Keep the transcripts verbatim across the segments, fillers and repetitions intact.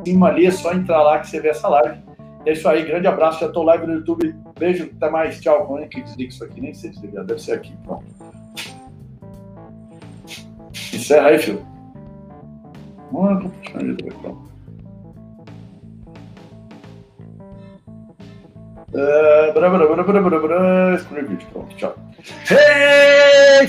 cima ali, é só entrar lá que você vê essa live. É isso aí, grande abraço, já tô live no YouTube. Beijo, até mais, tchau. Como é que desliga isso aqui? Nem sei desligar, deve ser aqui, pronto. Encerra aí, filho. Mano, pronto. Uh, brá, brá, brá, brá, brá, brá. Excluir vídeo, pronto, tchau. Hey,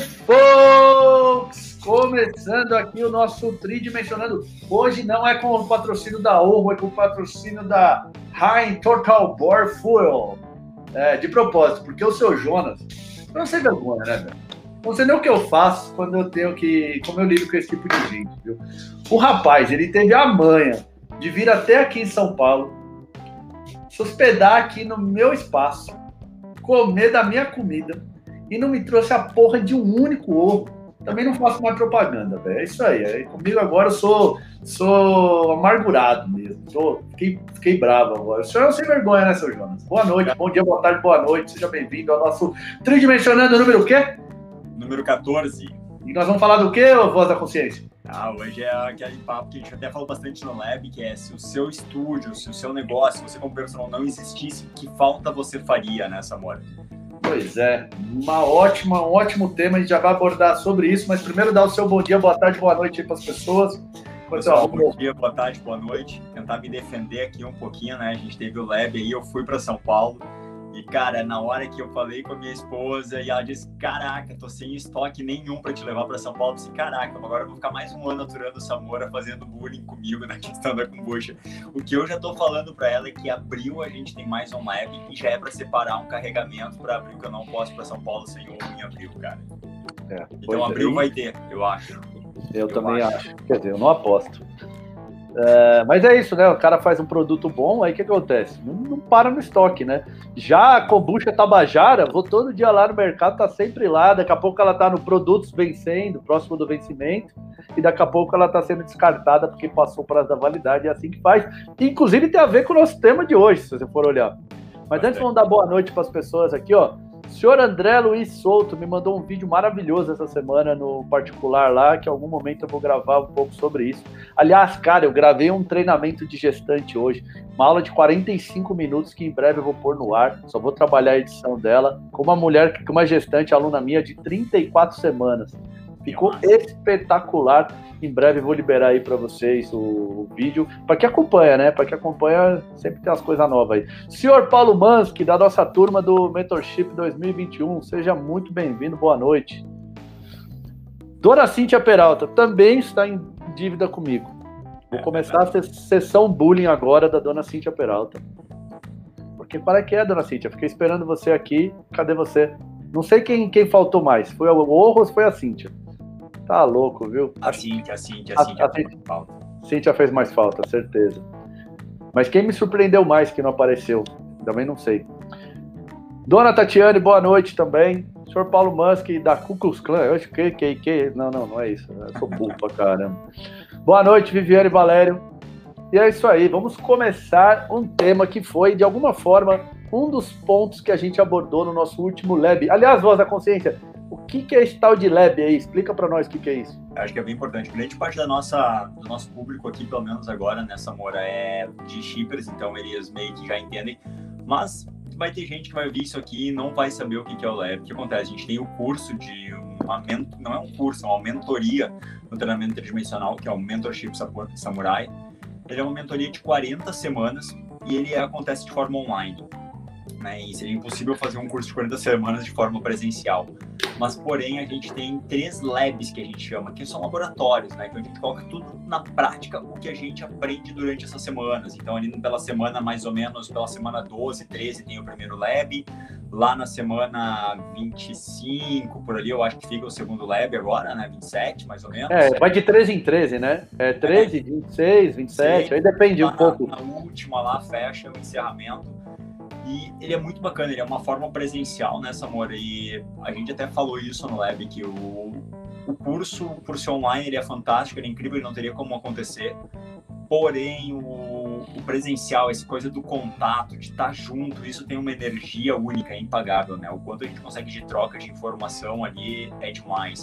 folks! Começando aqui o nosso tridimensionando. Hoje não é com o patrocínio da Orro, é com o patrocínio da High Total Bore Fuel. É, de propósito, porque o seu Jonas, eu não sei vergonha, né, velho? Não sei nem o que eu faço quando eu tenho que... Como eu lido com esse tipo de gente, viu? O rapaz, ele teve a manha de vir até aqui em São Paulo, se hospedar aqui no meu espaço, comer da minha comida e não me trouxe a porra de um único ovo. Também não faço mais propaganda, velho. É isso aí. aí. Comigo agora eu sou, sou amargurado mesmo. Tô, fiquei, fiquei bravo agora. O senhor é um sem vergonha, né, seu Jonas? Boa noite, bom dia, boa tarde, boa noite. Seja bem-vindo ao nosso Tridimensionando número o quê? Número quatorze. E nós vamos falar do quê, ô Voz da Consciência? Ah, hoje é aquele papo que a gente até falou bastante no Lab, que é se o seu estúdio, se o seu negócio, se você como personal não existisse, que falta você faria nessa moda? Pois é, uma ótima, um ótimo tema, a gente já vai abordar sobre isso, mas primeiro dá o seu bom dia, boa tarde, boa noite aí para as pessoas. Pessoal, bom dia, boa tarde, boa noite. Tentar me defender aqui um pouquinho, né? A gente teve o Lab aí, eu fui para São Paulo. E, cara, na hora que eu falei com a minha esposa e ela disse, caraca, tô sem estoque nenhum pra te levar pra São Paulo. Eu disse, caraca, agora eu vou ficar mais um ano aturando o Samora fazendo bullying comigo na questão da kombucha. O que eu já tô falando pra ela é que abril a gente tem mais um lab e já é pra separar um carregamento pra abril, que eu não posso ir pra São Paulo sem ovo em abril, cara. É, então abril é. vai ter, eu acho. Eu, eu também acho. acho. Quer dizer, eu não aposto. É, mas é isso, né? O cara faz um produto bom, aí o que acontece? Não, não para no estoque, né? Já a kombucha Tabajara, vou todo dia lá no mercado, tá sempre lá. Daqui a pouco ela tá no produtos vencendo, próximo do vencimento, e daqui a pouco ela tá sendo descartada porque passou o prazo da validade. É assim que faz. Inclusive tem a ver com o nosso tema de hoje, se você for olhar. Mas antes, vamos dar boa noite para as pessoas aqui, ó. O senhor André Luiz Souto me mandou um vídeo maravilhoso essa semana no particular lá, que em algum momento eu vou gravar um pouco sobre isso. Aliás, cara, eu gravei um treinamento de gestante hoje, uma aula de quarenta e cinco minutos que em breve eu vou pôr no ar, só vou trabalhar a edição dela, com uma mulher, com uma gestante, aluna minha, de trinta e quatro semanas. Ficou espetacular. Em breve vou liberar aí para vocês o, o vídeo, para que acompanha, né? Para que acompanha, sempre tem as coisas novas aí. Senhor Paulo Mansky, da nossa turma do Mentorship dois mil e vinte e um, seja muito bem-vindo, boa noite. Dona Cíntia Peralta também está em dívida comigo. Vou começar a sessão bullying agora da Dona Cíntia Peralta. Porque para que é, Dona Cíntia? Fiquei esperando você aqui, cadê você? Não sei quem, quem faltou mais, foi o Orro ou foi a Cíntia? Tá louco, viu? A Cíntia, a Cíntia, a Cíntia. A, a Cíntia, falta. Cíntia fez mais falta, certeza. Mas quem me surpreendeu mais que não apareceu? Também não sei. Dona Tatiane, boa noite também. Senhor Paulo Mansky, da Ku Klux Klan. Eu acho que, que, que... Não, não, não é isso. Eu sou burro pra caramba. Boa noite, Viviane Valério. E é isso aí. Vamos começar um tema que foi, de alguma forma, um dos pontos que a gente abordou no nosso último Lab. Aliás, Voz da Consciência, o que, que é esse tal de Lab aí? Explica para nós o que, que é isso. Acho que é bem importante. Grande parte da nossa, do nosso público aqui, pelo menos agora, nessa Moura, é de shippers, então eles meio que já entendem. Mas vai ter gente que vai ouvir isso aqui e não vai saber o que, que é o Lab. O que acontece? A gente tem o curso de uma... Não é um curso, é uma mentoria no treinamento tridimensional, que é o Mentorship Samurai. Ele é uma mentoria de quarenta semanas e ele acontece de forma online. Né, e seria impossível fazer um curso de quarenta semanas de forma presencial. Mas, porém, a gente tem três labs que a gente chama, que são laboratórios, né? Então, a gente coloca tudo na prática, o que a gente aprende durante essas semanas. Então, ali pela semana, mais ou menos, pela semana doze, treze, tem o primeiro lab. Lá na semana vinte e cinco, por ali, eu acho que fica o segundo lab agora, né? vinte e sete, mais ou menos. É, vai de treze em treze, né? É treze, é. vinte e seis, vinte e sete, Sim. Aí depende lá, um pouco. Na última lá, fecha o encerramento. E ele é muito bacana, ele é uma forma presencial, né, Samora? E a gente até falou isso no Lab, que o, o curso, por ser online, ele é fantástico, ele é incrível, ele não teria como acontecer. Porém, o, o presencial, essa coisa do contato, de estar junto, isso tem uma energia única, é impagável, né? O quanto a gente consegue de troca de informação ali é demais.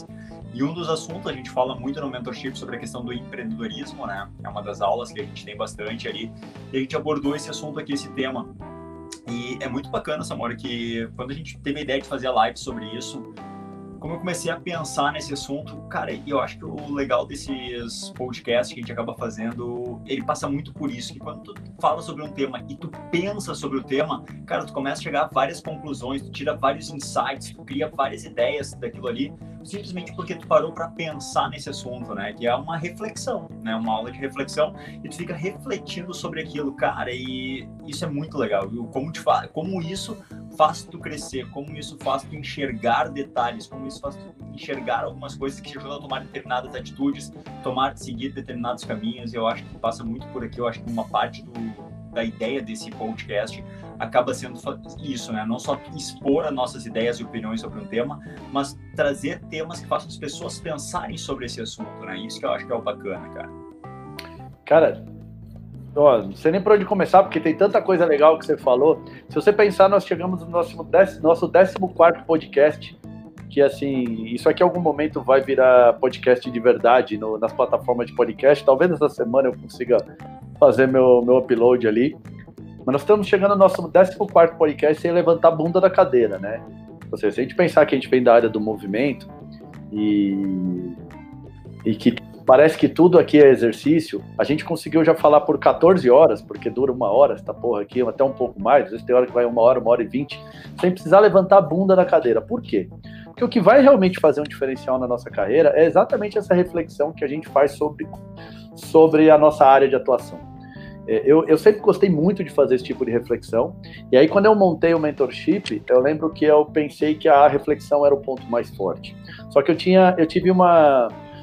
E um dos assuntos, a gente fala muito no mentorship sobre a questão do empreendedorismo, né? É uma das aulas que a gente tem bastante ali. E a gente abordou esse assunto aqui, esse tema. E é muito bacana, Samora, que quando a gente teve a ideia de fazer a live sobre isso, como eu comecei a pensar nesse assunto, cara, eu acho que o legal desses podcasts que a gente acaba fazendo, ele passa muito por isso, que quando tu fala sobre um tema e tu pensa sobre o tema, cara, tu começa a chegar a várias conclusões, tu tira vários insights, tu cria várias ideias daquilo ali, simplesmente porque tu parou para pensar nesse assunto, né? Que é uma reflexão, né? Uma aula de reflexão, e tu fica refletindo sobre aquilo, cara, e isso é muito legal. Como, te fa... como isso faz tu crescer, como isso faz tu enxergar detalhes, como isso faz tu enxergar algumas coisas que te ajudam a tomar determinadas atitudes, tomar, seguir determinados caminhos. Eu acho que passa muito por aqui. Eu acho que uma parte do, da ideia desse podcast acaba sendo isso, né? Não só expor as nossas ideias e opiniões sobre um tema, mas trazer temas que façam as pessoas pensarem sobre esse assunto, né? Isso que eu acho que é o bacana, cara. Cara, ó, não sei nem por onde começar, porque tem tanta coisa legal que você falou. Se você pensar, nós chegamos no nosso décimo, nosso décimo quarto podcast, que assim, isso aqui em algum momento vai virar podcast de verdade no, nas plataformas de podcast. Talvez essa semana eu consiga fazer meu, meu upload ali. Mas nós estamos chegando no nosso décimo quarto podcast sem levantar a bunda da cadeira, né? Ou seja, se a gente pensar que a gente vem da área do movimento e, e que parece que tudo aqui é exercício, a gente conseguiu já falar por quatorze horas, porque dura uma hora essa porra aqui, até um pouco mais, às vezes tem hora que vai uma hora, uma hora e vinte, sem precisar levantar a bunda da cadeira. Por quê? Porque o que vai realmente fazer um diferencial na nossa carreira é exatamente essa reflexão que a gente faz sobre, sobre a nossa área de atuação. Eu, eu sempre gostei muito de fazer esse tipo de reflexão, e aí quando eu montei o mentorship, eu lembro que eu pensei que a reflexão era o ponto mais forte. Só que eu, tinha, eu tive uma,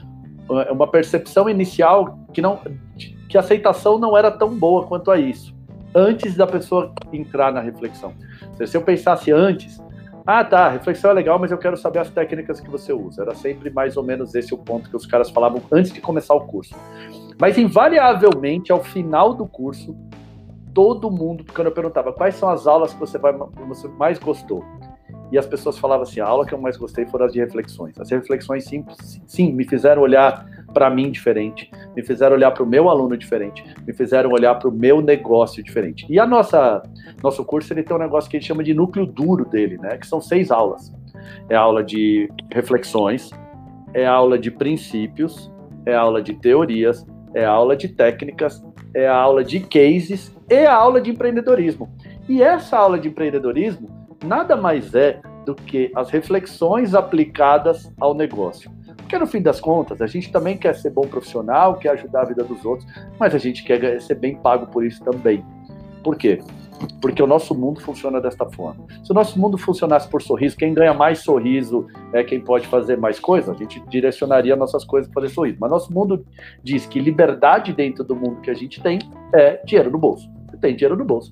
uma percepção inicial que, não, que a aceitação não era tão boa quanto a isso, antes da pessoa entrar na reflexão. Se eu pensasse antes, ah tá, reflexão é legal, mas eu quero saber as técnicas que você usa. Era sempre mais ou menos esse o ponto que os caras falavam antes de começar o curso. Mas, invariavelmente, ao final do curso, todo mundo, quando eu perguntava quais são as aulas que você, vai, você mais gostou, e as pessoas falavam assim, a aula que eu mais gostei foram as de reflexões. As reflexões, sim, sim me fizeram olhar para mim diferente, me fizeram olhar para o meu aluno diferente, me fizeram olhar para o meu negócio diferente. E a nossa, nosso curso, ele tem um negócio que a gente chama de núcleo duro dele, né? Que são seis aulas. É a aula de reflexões, é a aula de princípios, é a aula de teorias, é a aula de técnicas, é a aula de cases e a aula de empreendedorismo. E essa aula de empreendedorismo nada mais é do que as reflexões aplicadas ao negócio. Porque no fim das contas, a gente também quer ser bom profissional, quer ajudar a vida dos outros, mas a gente quer ser bem pago por isso também. Por quê? Porque o nosso mundo funciona desta forma. Se o nosso mundo funcionasse por sorriso, quem ganha mais sorriso é quem pode fazer mais coisa, a gente direcionaria nossas coisas para fazer sorriso. Mas nosso mundo diz que liberdade dentro do mundo que a gente tem é dinheiro no bolso. Você tem dinheiro no bolso.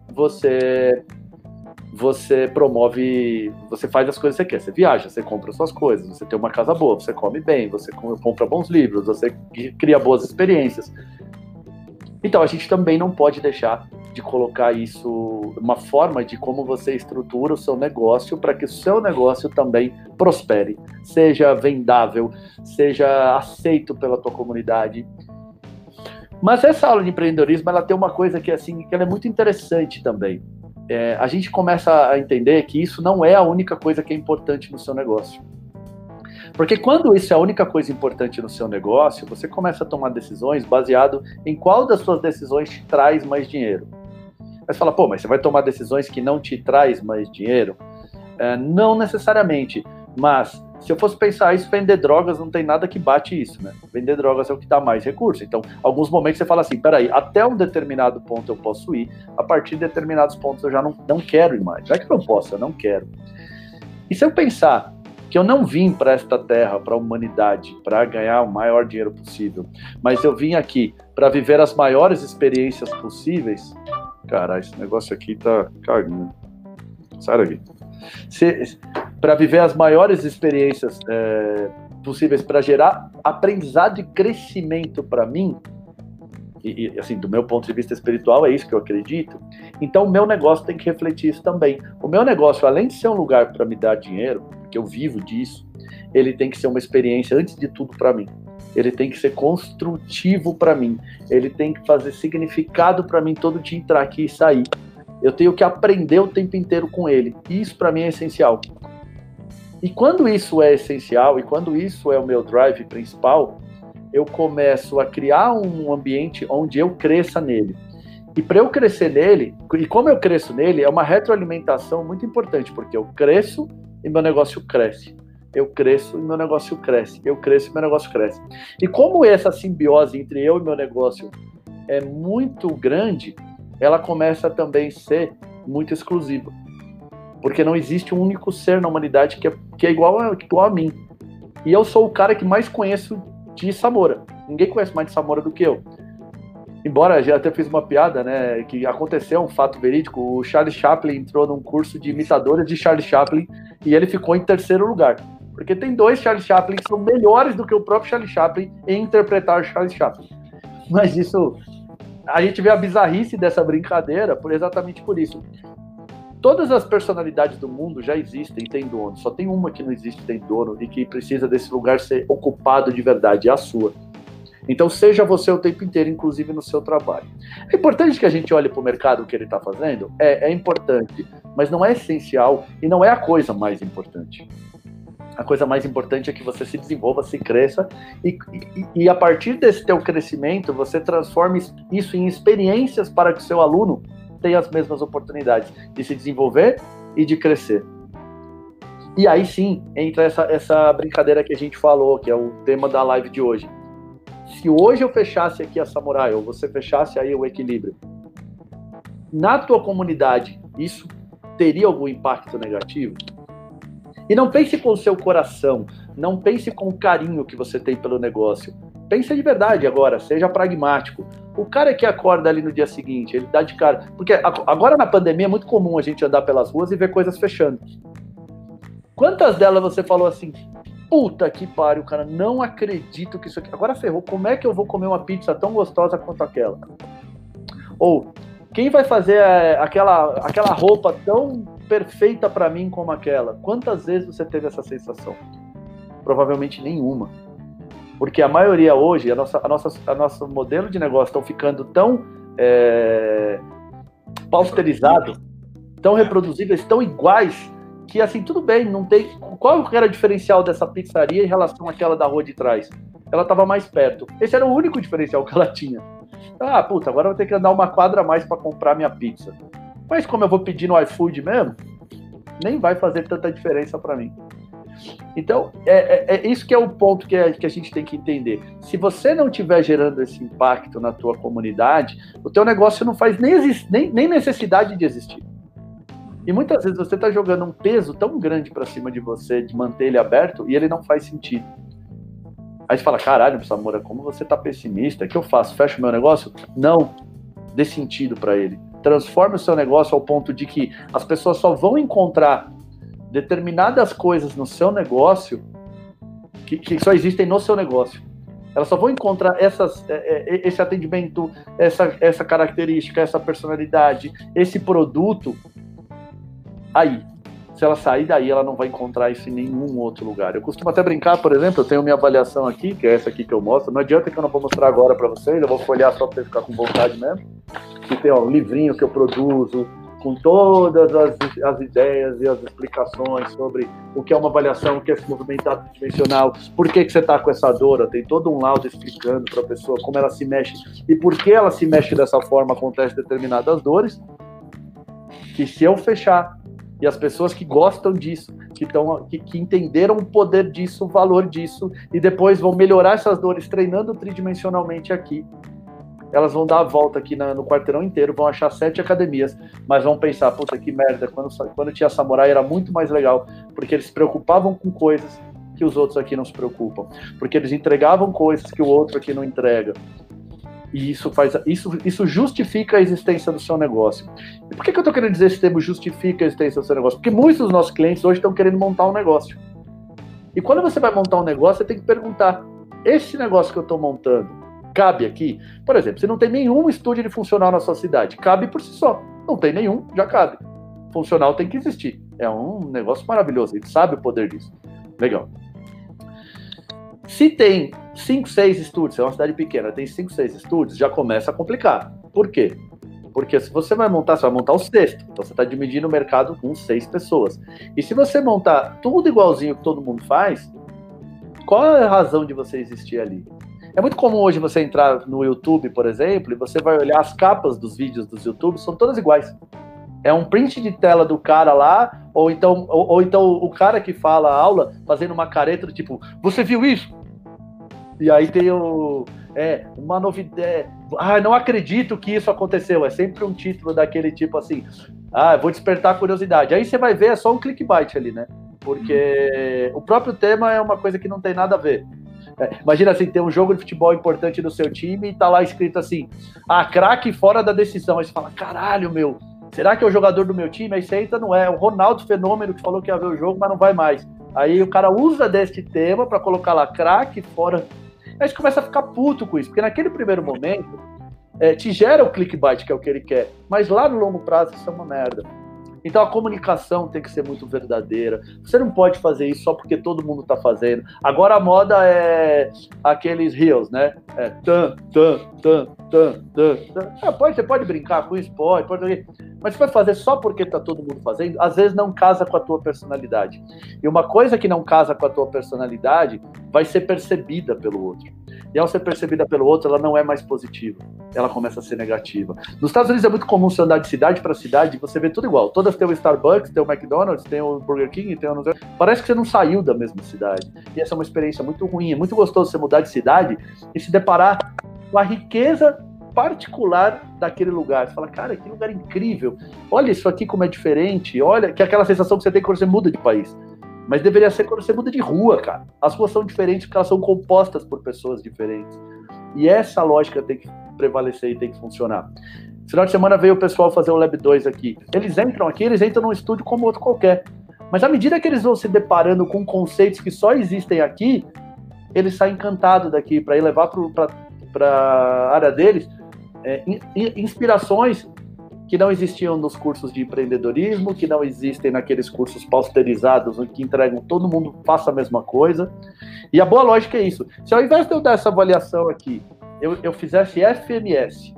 Você, você promove, você faz as coisas que você quer. Você viaja, você compra suas coisas, você tem uma casa boa, você come bem, você compra bons livros, você cria boas experiências. Então a gente também não pode deixar de colocar isso, uma forma de como você estrutura o seu negócio para que o seu negócio também prospere, seja vendável, seja aceito pela tua comunidade. Mas essa aula de empreendedorismo, ela tem uma coisa que, assim, que ela é muito interessante também. É, a gente começa a entender que isso não é a única coisa que é importante no seu negócio. Porque quando isso é a única coisa importante no seu negócio, você começa a tomar decisões baseado em qual das suas decisões te traz mais dinheiro. Aí você fala, pô, mas você vai tomar decisões que não te traz mais dinheiro? É, não necessariamente, mas se eu fosse pensar isso, vender drogas não tem nada que bate isso, né? Vender drogas é o que dá mais recurso. Então, alguns momentos você fala assim, peraí, até um determinado ponto eu posso ir, a partir de determinados pontos eu já não, não quero ir mais. Não é que eu não posso, eu não quero. E se eu pensar que eu não vim para esta terra, para a humanidade, para ganhar o maior dinheiro possível, mas eu vim aqui para viver as maiores experiências possíveis, cara, esse negócio aqui tá cagando. Sai daqui. Para viver as maiores experiências é, possíveis, para gerar aprendizado e crescimento para mim, e, e assim, do meu ponto de vista espiritual, é isso que eu acredito, então o meu negócio tem que refletir isso também. O meu negócio, além de ser um lugar para me dar dinheiro, que eu vivo disso, ele tem que ser uma experiência, antes de tudo, para mim. Ele tem que ser construtivo para mim. Ele tem que fazer significado para mim todo dia entrar aqui e sair. Eu tenho que aprender o tempo inteiro com ele. Isso para mim é essencial. E quando isso é essencial, e quando isso é o meu drive principal, eu começo a criar um ambiente onde eu cresça nele. E para eu crescer nele, e como eu cresço nele, é uma retroalimentação muito importante, porque eu cresço e meu negócio cresce. Eu cresço e meu negócio cresce. Eu cresço e meu negócio cresce. E como essa simbiose entre eu e meu negócio é muito grande, ela começa a também ser muito exclusiva. Porque não existe um único ser na humanidade que é, que é igual, a, igual a mim. E eu sou o cara que mais conheço de Samora. Ninguém conhece mais de Samora do que eu. Embora já até fiz uma piada, né, que aconteceu um fato verídico, o Charlie Chaplin entrou num curso de imitadores de Charlie Chaplin e ele ficou em terceiro lugar. Porque tem dois Charlie Chaplin que são melhores do que o próprio Charlie Chaplin em interpretar Charlie Chaplin. Mas isso, a gente vê a bizarrice dessa brincadeira por, exatamente por isso. Todas as personalidades do mundo já existem e tem dono. Só tem uma que não existe, tem dono, e que precisa desse lugar ser ocupado de verdade, é a sua. Então seja você o tempo inteiro, inclusive no seu trabalho. É importante que a gente olhe para o mercado, o que ele está fazendo? É, é importante, mas não é essencial e não é a coisa mais importante. A coisa mais importante é que você se desenvolva, se cresça e, e, e a partir desse teu crescimento, você transforme isso em experiências para que o seu aluno tenha as mesmas oportunidades de se desenvolver e de crescer. E aí sim, entra essa, essa brincadeira que a gente falou, que é o tema da live de hoje. Se hoje eu fechasse aqui a Samurai, ou você fechasse aí o Equilíbrio, na tua comunidade, isso teria algum impacto negativo? E não pense com o seu coração, não pense com o carinho que você tem pelo negócio. Pense de verdade agora, seja pragmático. O cara que acorda ali no dia seguinte, ele dá de cara... Porque agora na pandemia é muito comum a gente andar pelas ruas e ver coisas fechando. Quantas delas você falou assim, puta que pariu, cara, não acredito que isso aqui... Agora ferrou, como é que eu vou comer uma pizza tão gostosa quanto aquela? Ou, quem vai fazer é, aquela, aquela roupa tão perfeita pra mim como aquela? Quantas vezes você teve essa sensação? Provavelmente nenhuma. Porque a maioria hoje, a nossa, a nossa, a nosso modelo de negócio estão ficando tão é, pausterizado, tão reproduzíveis, tão iguais, que assim, tudo bem, não tem... Qual era o diferencial dessa pizzaria em relação àquela da rua de trás? Ela estava mais perto. Esse era o único diferencial que ela tinha. Ah, puta, agora eu vou ter que andar uma quadra a mais para comprar minha pizza. Mas como eu vou pedir no iFood mesmo, nem vai fazer tanta diferença para mim. Então, é, é, é isso que é o ponto que a, que a gente tem que entender. Se você não estiver gerando esse impacto na tua comunidade, o teu negócio não faz nem, nem, nem necessidade de existir. E muitas vezes você está jogando um peso tão grande para cima de você, de manter ele aberto, e ele não faz sentido. Aí você fala, caralho, Samora, como você está pessimista, o que eu faço? Fecho o meu negócio? Não, dê sentido para ele. Transforme o seu negócio ao ponto de que as pessoas só vão encontrar determinadas coisas no seu negócio que, que só existem no seu negócio. Elas só vão encontrar essas, esse atendimento, essa, essa característica, essa personalidade, esse produto aí. Se ela sair daí, ela não vai encontrar isso em nenhum outro lugar. Eu costumo até brincar, por exemplo, eu tenho minha avaliação aqui, que é essa aqui que eu mostro. Não adianta que eu não vou mostrar agora para vocês, eu vou folhear só para você ficar com vontade mesmo. Que tem ó, um livrinho que eu produzo, com todas as, as ideias e as explicações sobre o que é uma avaliação, o que é esse movimento tridimensional, por que, que você está com essa dor, tem todo um laudo explicando para a pessoa como ela se mexe e por que ela se mexe dessa forma, acontece determinadas dores, que se eu fechar, e as pessoas que gostam disso, que, tão, que, que entenderam o poder disso, o valor disso, e depois vão melhorar essas dores treinando tridimensionalmente aqui, elas vão dar a volta aqui na, no quarteirão inteiro, vão achar sete academias, mas vão pensar, puta que merda, quando, quando tinha Samurai era muito mais legal, porque eles se preocupavam com coisas que os outros aqui não se preocupam, porque eles entregavam coisas que o outro aqui não entrega. E isso, faz, isso, isso justifica a existência do seu negócio. E por que, que eu estou querendo dizer esse termo justifica a existência do seu negócio? Porque muitos dos nossos clientes hoje estão querendo montar um negócio. E quando você vai montar um negócio, você tem que perguntar, esse negócio que eu estou montando, cabe aqui? Por exemplo, se não tem nenhum estúdio de funcional na sua cidade, cabe por si só. Não tem nenhum, já cabe. Funcional tem que existir. É um negócio maravilhoso, a gente sabe o poder disso. Legal. Se tem cinco, seis estúdios, é uma cidade pequena, tem cinco, seis estúdios, já começa a complicar. Por quê? Porque se você vai montar, você vai montar o sexto. Então você está dividindo o mercado com seis pessoas. E se você montar tudo igualzinho que todo mundo faz, qual é a razão de você existir ali? É muito comum hoje você entrar no YouTube, por exemplo, e você vai olhar as capas dos vídeos dos YouTube, são todas iguais. É um print de tela do cara lá, ou então, ou, ou então o cara que fala a aula fazendo uma careta do tipo, você viu isso? E aí tem o, é, uma novidade, ah, não acredito que isso aconteceu, é sempre um título daquele tipo assim, ah, vou despertar a curiosidade. Aí você vai ver, é só um clickbait ali, né? Porque o próprio tema é uma coisa que não tem nada a ver. É, imagina assim, tem um jogo de futebol importante no seu time e tá lá escrito assim, ah, craque fora da decisão. Aí você fala, caralho, meu, será que é o jogador do meu time? Aí você entra, não é, é o Ronaldo Fenômeno que falou que ia ver o jogo, mas não vai mais. Aí o cara usa deste tema pra colocar lá, craque fora. Aí você começa a ficar puto com isso, porque naquele primeiro momento é, te gera o clickbait, que é o que ele quer, mas lá no longo prazo isso é uma merda. Então a comunicação tem que ser muito verdadeira. Você não pode fazer isso só porque todo mundo está fazendo. Agora a moda é aqueles reels, né? É tan, tan, tan, tan, tan, tan. É, pode, você pode brincar com isso, pode, pode. Mas você vai fazer só porque está todo mundo fazendo, às vezes não casa com a tua personalidade. E uma coisa que não casa com a tua personalidade vai ser percebida pelo outro. E ao ser percebida pelo outro, ela não é mais positiva. Ela começa a ser negativa. Nos Estados Unidos é muito comum você andar de cidade para cidade e você vê tudo igual. Todas tem o Starbucks, tem o McDonald's, tem o Burger King, tem o... Parece que você não saiu da mesma cidade. E essa é uma experiência muito ruim. É muito gostoso você mudar de cidade e se deparar com a riqueza particular daquele lugar. Você fala, cara, que lugar incrível. Olha isso aqui como é diferente. Olha, que é aquela sensação que você tem quando você muda de país. Mas deveria ser quando você muda de rua, cara. As ruas são diferentes porque elas são compostas por pessoas diferentes. E essa lógica tem que prevalecer e tem que funcionar. Final de semana veio o pessoal fazer o Lab dois aqui. Eles entram aqui, eles entram num estúdio como outro qualquer. Mas à medida que eles vão se deparando com conceitos que só existem aqui, eles saem encantados daqui para ir levar para a área deles é, in, inspirações que não existiam nos cursos de empreendedorismo, que não existem naqueles cursos pasteurizados, que entregam todo mundo faça a mesma coisa. E a boa lógica é isso. Se ao invés de eu dar essa avaliação aqui, eu, eu fizesse F M S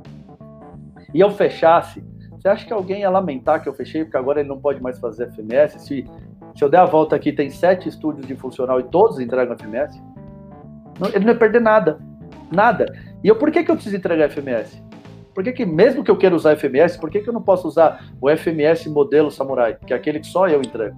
e eu fechasse, você acha que alguém ia lamentar que eu fechei, porque agora ele não pode mais fazer F M S? Se, se eu der a volta aqui, tem sete estúdios de funcional e todos entregam F M S? Não, ele não ia perder nada. Nada. E eu, por que, que eu preciso entregar F M S? Por que, que mesmo que eu queira usar F M S, por que, que eu não posso usar o F M S modelo Samurai, que é aquele que só eu entrego?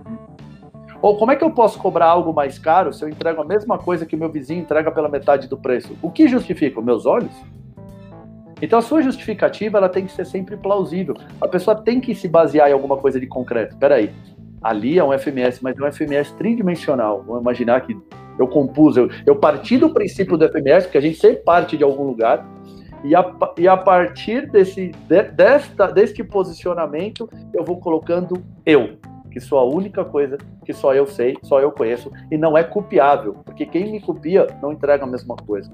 Ou como é que eu posso cobrar algo mais caro se eu entrego a mesma coisa que o meu vizinho entrega pela metade do preço? O que justifica? Os meus olhos? Então a sua justificativa ela tem que ser sempre plausível. A pessoa tem que se basear em alguma coisa de concreto. Peraí, ali é um F M S, mas é um F M S tridimensional. Vamos imaginar que eu compus, eu, eu parti do princípio do F M S, porque a gente sempre parte de algum lugar, E a, e a partir desse, de, desta, deste posicionamento, eu vou colocando eu, que sou a única coisa que só eu sei, só eu conheço, e não é copiável, porque quem me copia não entrega a mesma coisa.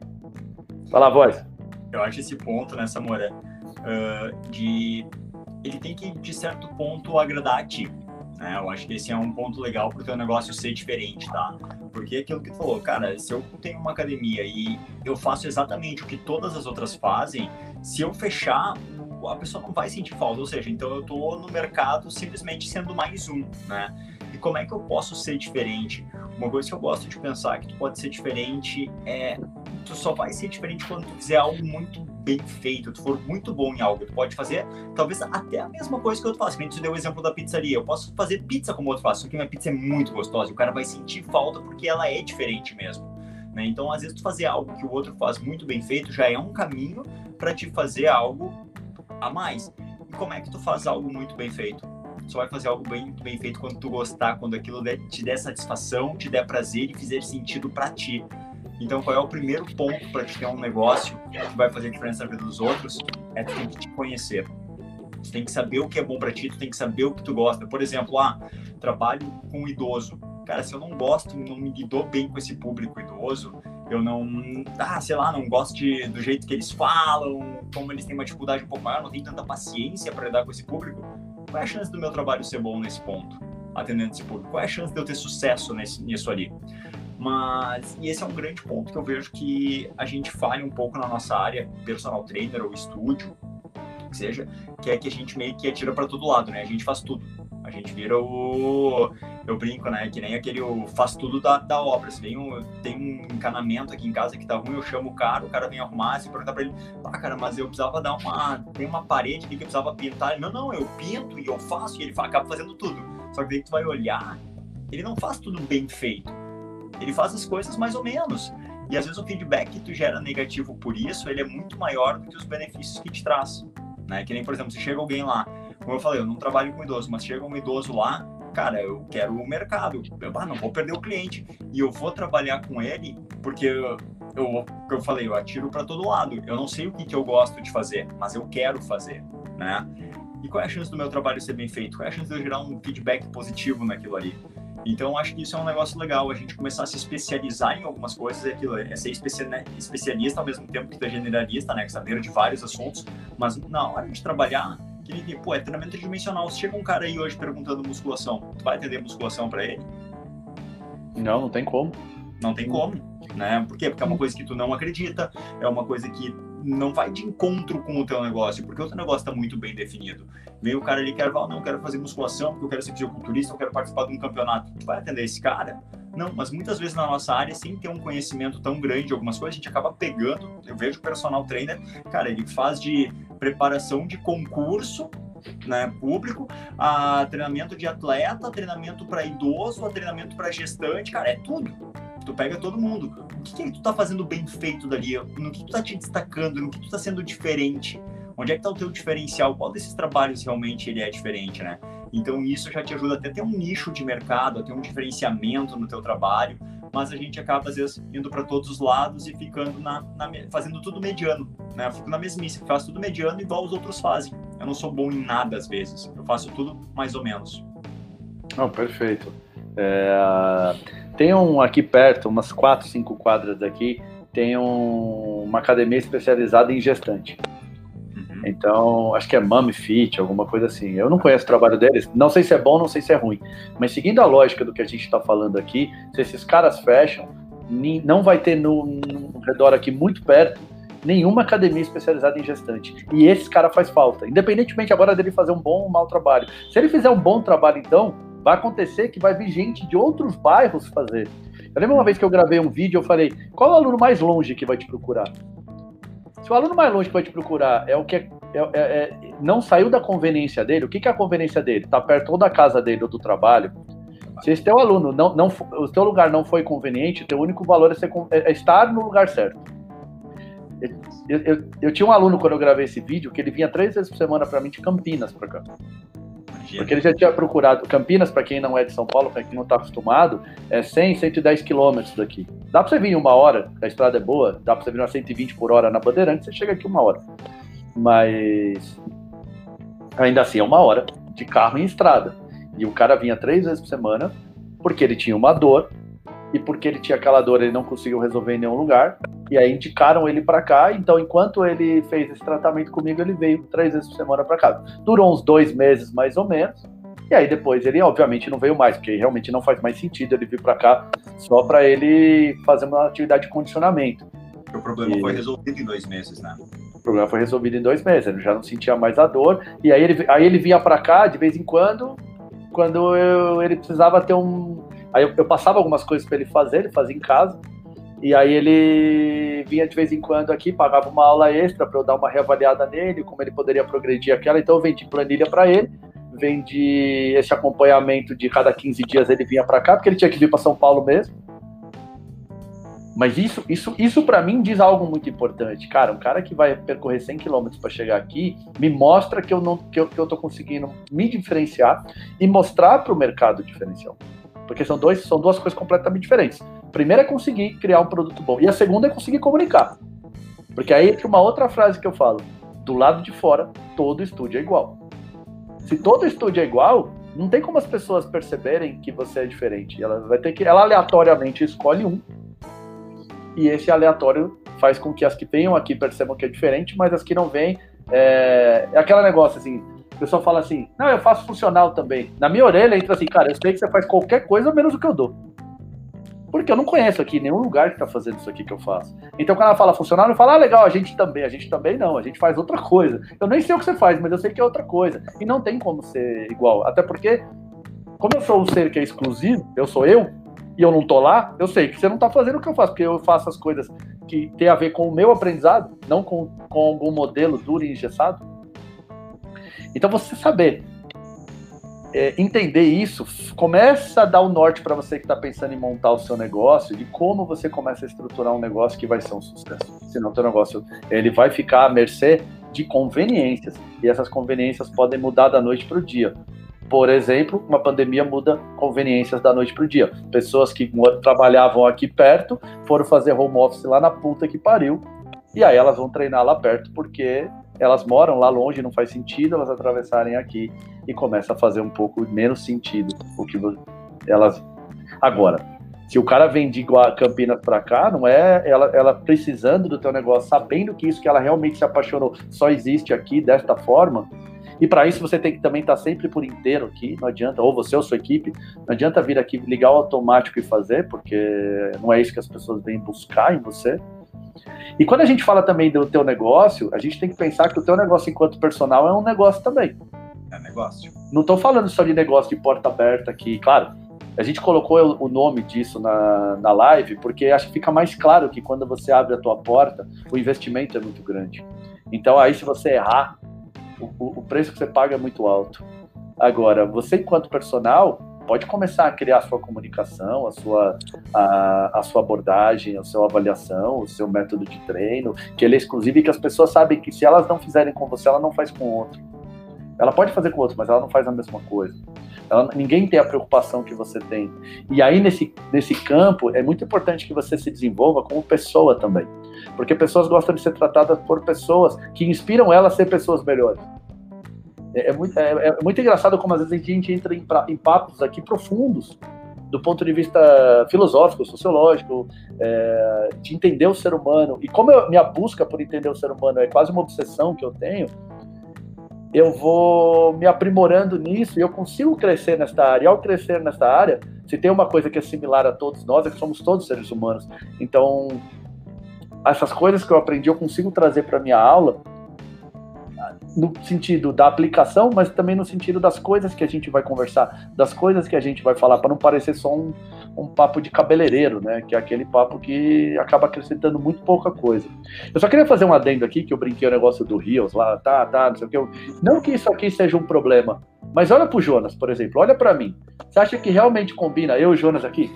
Fala, voz. Eu acho esse ponto, né, Samora, uh, de... ele tem que, de certo ponto, agradar a ti. Né? Eu acho que esse é um ponto legal pro teu negócio ser diferente, tá? Porque aquilo que tu falou, cara, se eu tenho uma academia e eu faço exatamente o que todas as outras fazem, se eu fechar, a pessoa não vai sentir falta. Ou seja, então eu tô no mercado simplesmente sendo mais um, né? E como é que eu posso ser diferente? Uma coisa que eu gosto de pensar que tu pode ser diferente é... Tu só vai ser diferente quando tu fizer algo muito bem feito, tu for muito bom em algo. Tu pode fazer, talvez, até a mesma coisa que eu faço. Tu deu o exemplo da pizzaria. Eu posso fazer pizza como o outro faz, só que minha pizza é muito gostosa. E o cara vai sentir falta porque ela é diferente mesmo. Né? Então, às vezes, tu fazer algo que o outro faz muito bem feito já é um caminho para te fazer algo a mais. E como é que tu faz algo muito bem feito? Só vai fazer algo bem, bem feito quando tu gostar, quando aquilo te der satisfação, te der prazer e fizer sentido para ti. Então, qual é o primeiro ponto para te ter um negócio que vai fazer diferença na vida dos outros? É tu tem que te conhecer. Tu tem que saber o que é bom para ti, tu tem que saber o que tu gosta. Por exemplo, ah, trabalho com idoso. Cara, se eu não gosto, não me lidou bem com esse público idoso, eu não, ah, sei lá, não gosto de, do jeito que eles falam, como eles têm uma dificuldade um pouco maior, não tenho tanta paciência para lidar com esse público, qual é a chance do meu trabalho ser bom nesse ponto, atendendo esse público? Qual é a chance de eu ter sucesso nesse, nisso ali? Mas, e esse é um grande ponto que eu vejo que a gente falha um pouco na nossa área, personal trainer ou estúdio, que seja, que é que a gente meio que atira para todo lado, né? A gente faz tudo. A gente vira o... Eu brinco, né? Que nem aquele o faz tudo da, da obra. Se vem um, tem um encanamento aqui em casa que tá ruim, eu chamo o cara, o cara vem arrumar, se perguntar pra ele, ah, cara, mas eu precisava dar uma... Tem uma parede ali que eu precisava pintar. Ele, não, não, eu pinto e eu faço, e ele acaba fazendo tudo. Só que daí tu vai olhar, ele não faz tudo bem feito. Ele faz as coisas mais ou menos. E às vezes o feedback que tu gera negativo por isso, ele é muito maior do que os benefícios que te traz. Né? Que nem, por exemplo, se chega alguém lá, como eu falei, eu não trabalho com idoso, mas chega um idoso lá, cara, eu quero o mercado, eu ah, não vou perder o cliente, e eu vou trabalhar com ele, porque eu, eu, eu falei, eu atiro para todo lado, eu não sei o que, que eu gosto de fazer, mas eu quero fazer, né? E qual é a chance do meu trabalho ser bem feito? Qual é a chance de eu gerar um feedback positivo naquilo ali? Então, acho que isso é um negócio legal, a gente começar a se especializar em algumas coisas, é aquilo, é ser especialista ao mesmo tempo que tu é generalista, né, saber de vários assuntos, mas na hora de trabalhar, que nem, pô, é treinamento tridimensional. Se chega um cara aí hoje perguntando musculação, tu vai atender musculação para ele? Não, não tem como. Não tem como, né? Por quê? Porque é uma coisa que tu não acredita, é uma coisa que não vai de encontro com o teu negócio, porque o teu negócio está muito bem definido. Vem o cara ali que quer falar, não, eu quero fazer musculação, porque eu quero ser fisiculturista, eu quero participar de um campeonato. Tu vai atender esse cara? Não, mas muitas vezes na nossa área, sem ter um conhecimento tão grande de algumas coisas, a gente acaba pegando, eu vejo o personal trainer, cara, ele faz de preparação de concurso, né, público, a treinamento de atleta, treinamento para idoso, a treinamento para gestante, cara, é tudo. Tu pega todo mundo. O que, que tu tá fazendo bem feito dali? No que tu tá te destacando? No que tu tá sendo diferente? Onde é que tá o teu diferencial? Qual desses trabalhos realmente ele é diferente, né? Então isso já te ajuda até a ter um nicho de mercado, a ter um diferenciamento no teu trabalho, mas a gente acaba às vezes indo para todos os lados e ficando na, na, fazendo tudo mediano, né? Eu fico na mesmice, faço tudo mediano igual os outros fazem. Eu não sou bom em nada às vezes, eu faço tudo mais ou menos. Não, perfeito. É, tem um aqui perto, umas quatro, cinco quadras daqui, tem um, uma academia especializada em gestante. Uhum. Então, acho que é Mami Fit, alguma coisa assim. Eu não conheço o trabalho deles, não sei se é bom, não sei se é ruim. Mas seguindo a lógica do que a gente está falando aqui, se esses caras fecham, não vai ter no, no redor aqui, muito perto, nenhuma academia especializada em gestante. E esse cara faz falta, independentemente agora dele fazer um bom ou mau trabalho. Se ele fizer um bom trabalho, então, vai acontecer que vai vir gente de outros bairros fazer. Eu lembro uma vez que eu gravei um vídeo, eu falei, qual é o aluno mais longe que vai te procurar? Se o aluno mais longe que vai te procurar é o que é, é, é, não saiu da conveniência dele, o que, que é a conveniência dele? Tá perto ou da casa dele ou do trabalho. Se esse teu aluno, não, não, o teu lugar não foi conveniente, o teu único valor é, ser, é estar no lugar certo. Eu, eu, eu, eu tinha um aluno quando eu gravei esse vídeo que ele vinha três vezes por semana para mim de Campinas para cá. Porque ele já tinha procurado. Campinas, para quem não é de São Paulo, para quem não está acostumado, é cem, cento e dez quilômetros daqui. Dá para você vir em uma hora, a estrada é boa, dá para você vir a cento e vinte por hora na Bandeirantes, você chega aqui uma hora. Mas ainda assim é uma hora de carro em estrada. E o cara vinha três vezes por semana porque ele tinha uma dor e porque ele tinha aquela dor, ele não conseguiu resolver em nenhum lugar. E aí indicaram ele para cá. Então, enquanto ele fez esse tratamento comigo, ele veio três vezes por semana para cá. Durou uns dois meses, mais ou menos. E aí depois ele, obviamente, não veio mais, porque realmente não faz mais sentido ele vir para cá só para ele fazer uma atividade de condicionamento. O problema e... foi resolvido em dois meses, né? O problema foi resolvido em dois meses. Ele já não sentia mais a dor. E aí ele, aí ele vinha para cá de vez em quando, quando eu, ele precisava ter um... Aí eu, eu passava algumas coisas para ele fazer, ele fazia em casa, e aí ele vinha de vez em quando aqui, pagava uma aula extra para eu dar uma reavaliada nele, como ele poderia progredir aquela, então eu vendi planilha para ele, vendi esse acompanhamento de cada quinze dias ele vinha para cá, porque ele tinha que vir para São Paulo mesmo. Mas isso, isso, isso para mim diz algo muito importante. Cara, um cara que vai percorrer cem quilômetros para chegar aqui, me mostra que eu não, que eu, que eu tô conseguindo me diferenciar e mostrar para o mercado o diferencial. Porque são, dois, são duas coisas completamente diferentes. A primeira é conseguir criar um produto bom. E a segunda é conseguir comunicar. Porque aí é uma outra frase que eu falo. Do lado de fora, todo estúdio é igual. Se todo estúdio é igual, não tem como as pessoas perceberem que você é diferente. Ela vai ter que, ela aleatoriamente escolhe um. E esse aleatório faz com que as que venham aqui percebam que é diferente, mas as que não vêm, é, é aquele negócio assim... O pessoal fala assim, não, eu faço funcional também. Na minha orelha entra assim, cara, eu sei que você faz qualquer coisa menos o que eu dou. Porque eu não conheço aqui nenhum lugar que está fazendo isso aqui que eu faço. Então, quando ela fala funcionário, eu falo, ah, legal, a gente também. A gente também não, a gente faz outra coisa. Eu nem sei o que você faz, mas eu sei que é outra coisa. E não tem como ser igual. Até porque, como eu sou um ser que é exclusivo, eu sou eu, e eu não tô lá, eu sei que você não tá fazendo o que eu faço, porque eu faço as coisas que tem a ver com o meu aprendizado, não com, com algum modelo duro e engessado. Então, você saber... É, entender isso, começa a dar o norte para você que está pensando em montar o seu negócio, de como você começa a estruturar um negócio que vai ser um sucesso. Senão o teu negócio ele vai ficar à mercê de conveniências, e essas conveniências podem mudar da noite para o dia. Por exemplo, uma pandemia muda conveniências da noite para o dia. Pessoas que trabalhavam aqui perto foram fazer home office lá na puta que pariu, e aí elas vão treinar lá perto, porque elas moram lá longe, não faz sentido elas atravessarem aqui, e começa a fazer um pouco menos sentido o que elas... Agora, se o cara vem de Campinas para cá, não é ela, ela precisando do teu negócio, sabendo que isso que ela realmente se apaixonou só existe aqui desta forma, e para isso você tem que também estar sempre por inteiro aqui, não adianta, ou você ou sua equipe, não adianta vir aqui ligar o automático e fazer, porque não é isso que as pessoas vêm buscar em você. E quando a gente fala também do teu negócio, a gente tem que pensar que o teu negócio enquanto personal é um negócio também. É negócio. Não estou falando só de negócio de porta aberta aqui, claro, a gente colocou o nome disso na, na live, porque acho que fica mais claro que quando você abre a tua porta, o investimento é muito grande. Então aí se você errar, o, o preço que você paga é muito alto. Agora, você enquanto personal, pode começar a criar a sua comunicação, a sua, a, a sua abordagem, a sua avaliação, o seu método de treino, que ele é exclusivo e que as pessoas sabem que se elas não fizerem com você, ela não faz com o outro. Ela pode fazer com o outro, mas ela não faz a mesma coisa. Ela, ninguém tem a preocupação que você tem. E aí, nesse, nesse campo, é muito importante que você se desenvolva como pessoa também. Porque pessoas gostam de ser tratadas por pessoas que inspiram elas a ser pessoas melhores. É, é, muito, é, é muito engraçado como às vezes a gente entra em, em papos aqui profundos, do ponto de vista filosófico, sociológico, é, de entender o ser humano. E como eu, minha busca por entender o ser humano é quase uma obsessão que eu tenho, eu vou me aprimorando nisso e eu consigo crescer nesta área. E ao crescer nesta área, se tem uma coisa que é similar a todos nós, é que somos todos seres humanos. Então, essas coisas que eu aprendi, eu consigo trazer para minha aula, no sentido da aplicação, mas também no sentido das coisas que a gente vai conversar, das coisas que a gente vai falar, para não parecer só um, um papo de cabeleireiro, né? Que é aquele papo que acaba acrescentando muito pouca coisa. Eu só queria fazer um adendo aqui, que eu brinquei o negócio do Rios lá, tá, tá, não sei o que. Eu... Não que isso aqui seja um problema, mas olha pro Jonas, por exemplo, olha para mim. Você acha que realmente combina eu e o Jonas aqui?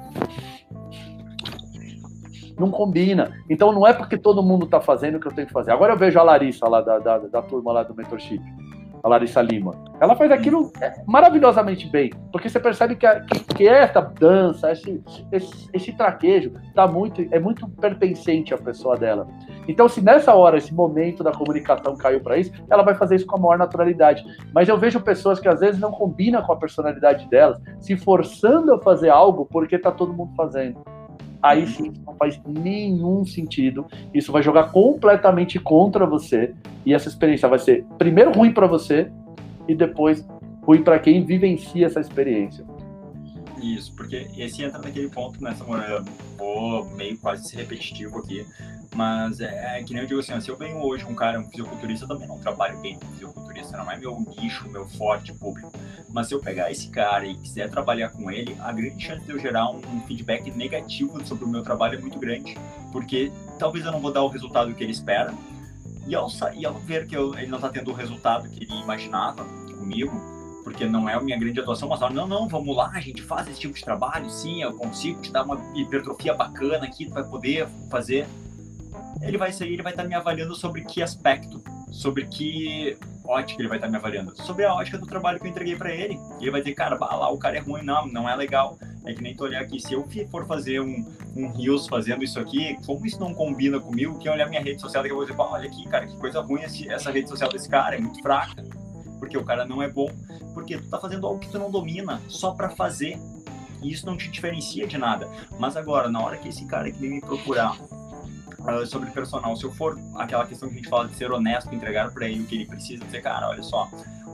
Não combina. Então não é porque todo mundo tá fazendo o que eu tenho que fazer. Agora eu vejo a Larissa lá da, da, da turma lá do Mentorship, a Larissa Lima. Ela faz aquilo maravilhosamente bem, porque você percebe que, a, que, que essa dança, esse, esse, esse traquejo tá muito, é muito pertencente à pessoa dela. Então se nessa hora, esse momento da comunicação caiu para isso, ela vai fazer isso com a maior naturalidade. Mas eu vejo pessoas que às vezes não combinam com a personalidade delas, se forçando a fazer algo porque tá todo mundo fazendo. Aí sim, não faz nenhum sentido. Isso vai jogar completamente contra você. E essa experiência vai ser, primeiro, ruim para você e depois ruim para quem vivencia essa experiência. Isso, porque esse entra naquele ponto, né, Samora? Vou meio quase ser repetitivo aqui, mas é, é que nem eu digo assim, ó, se eu venho hoje um cara, um fisiculturista, eu também não trabalho bem com fisiculturista, não é meu nicho, meu forte público. Mas se eu pegar esse cara e quiser trabalhar com ele, a grande chance de eu gerar um, um feedback negativo sobre o meu trabalho é muito grande, porque talvez eu não vou dar o resultado que ele espera, e ao, e ao ver que eu, ele não está tendo o resultado que ele imaginava comigo, porque não é a minha grande atuação, mas não, não, vamos lá, a gente faz esse tipo de trabalho, sim, eu consigo te dar uma hipertrofia bacana aqui, tu vai poder fazer. Ele vai sair, ele vai estar me avaliando sobre que aspecto, sobre que ótica ele vai estar me avaliando, sobre a ótica do trabalho que eu entreguei para ele. E ele vai dizer, cara, bah, lá o cara é ruim, não, não é legal. É que nem tu olhar aqui, se eu for fazer um, um Reels fazendo isso aqui, como isso não combina comigo, quem olhar minha rede social, daqui a pouco eu vou dizer, olha aqui, cara, que coisa ruim esse, essa rede social desse cara, é muito fraca, porque o cara não é bom. Porque tu tá fazendo algo que tu não domina, só pra fazer, e isso não te diferencia de nada. Mas agora, na hora que esse cara que vem me procurar uh, sobre personal, se eu for aquela questão que a gente fala de ser honesto, entregar pra ele o que ele precisa, dizer, cara, olha só,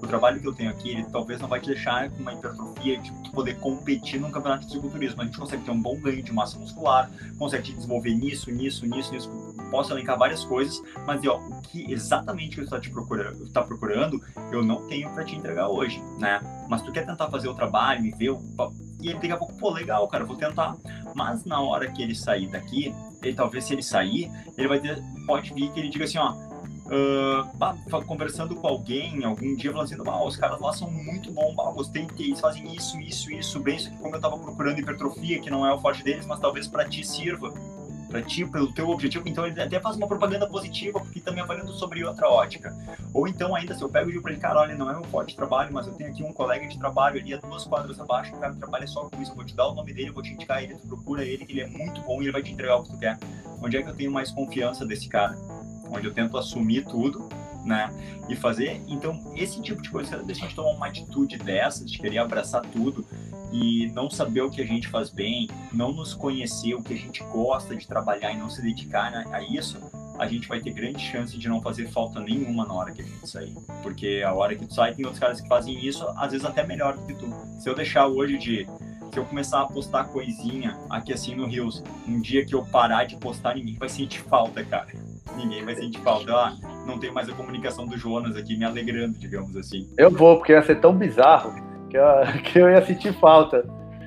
o trabalho que eu tenho aqui, ele talvez não vai te deixar com uma hipertrofia de poder competir num campeonato de fisiculturismo. A gente consegue ter um bom ganho de massa muscular, consegue te desenvolver nisso, nisso, nisso, nisso. Posso elencar várias coisas, mas ó, o que exatamente que você está te procurando, tá procurando, eu não tenho para te entregar hoje, né? Mas tu quer tentar fazer o trabalho e ver o... E ele daqui a pouco, pô, legal, cara, vou tentar. Mas na hora que ele sair daqui, ele talvez se ele sair, ele vai ter, pode vir que ele diga assim, ó, uh, conversando com alguém, algum dia, falando assim, ah, os caras lá são muito bons, ah, gostei, eles fazem isso, isso, isso, bem, isso aqui como eu tava procurando hipertrofia, que não é o forte deles, mas talvez para ti sirva, para ti, pelo teu objetivo. Então ele até faz uma propaganda positiva, porque também avaliando sobre outra ótica. Ou então ainda, se eu pego e digo pra ele, cara, olha, não é meu forte trabalho, mas eu tenho aqui um colega de trabalho ali a duas quadras abaixo, o cara trabalha só com isso, eu vou te dar o nome dele, eu vou te indicar ele, tu procura ele, que ele é muito bom e ele vai te entregar o que tu quer. Onde é que eu tenho mais confiança desse cara? Onde eu tento assumir tudo, né, e fazer. Então, esse tipo de coisa, deixa a gente tomar uma atitude dessas, de querer abraçar tudo e não saber o que a gente faz bem, não nos conhecer, o que a gente gosta de trabalhar e não se dedicar, né, a isso, a gente vai ter grande chance de não fazer falta nenhuma na hora que a gente sair. Porque a hora que tu sai, tem outros caras que fazem isso, às vezes até melhor do que tu. Se eu deixar hoje de... Se eu começar a postar coisinha aqui assim no Reels, um dia que eu parar de postar, ninguém vai sentir falta, cara. Ninguém vai sentir falta. Ah, não tem mais a comunicação do Jonas aqui me alegrando, digamos assim. Eu vou, porque ia ser tão bizarro que eu, que eu ia sentir falta.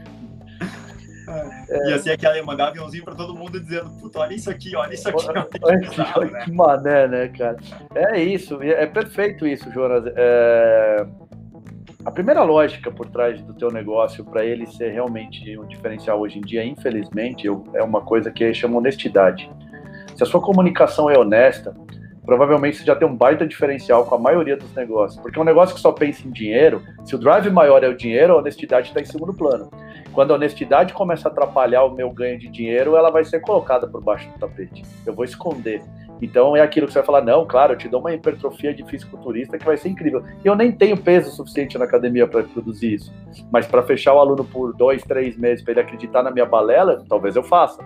É. Ia ser aquela, ia mandar aviãozinho pra todo mundo dizendo, puta, olha isso aqui, olha isso aqui. Olha que, bizarro, olha né? que mané, né, cara? É isso, é perfeito isso, Jonas. É... A primeira lógica por trás do teu negócio, para ele ser realmente um diferencial hoje em dia, infelizmente, eu, é uma coisa que chama honestidade. Se a sua comunicação é honesta, provavelmente você já tem um baita diferencial com a maioria dos negócios. Porque um negócio que só pensa em dinheiro, se o drive maior é o dinheiro, a honestidade está em segundo plano. Quando a honestidade começa a atrapalhar o meu ganho de dinheiro, ela vai ser colocada por baixo do tapete. Eu vou esconder. Então é aquilo que você vai falar, não, claro, eu te dou uma hipertrofia de fisiculturista que vai ser incrível. Eu nem tenho peso suficiente na academia para produzir isso. Mas para fechar o aluno por dois, três meses, para ele acreditar na minha balela, talvez eu faça.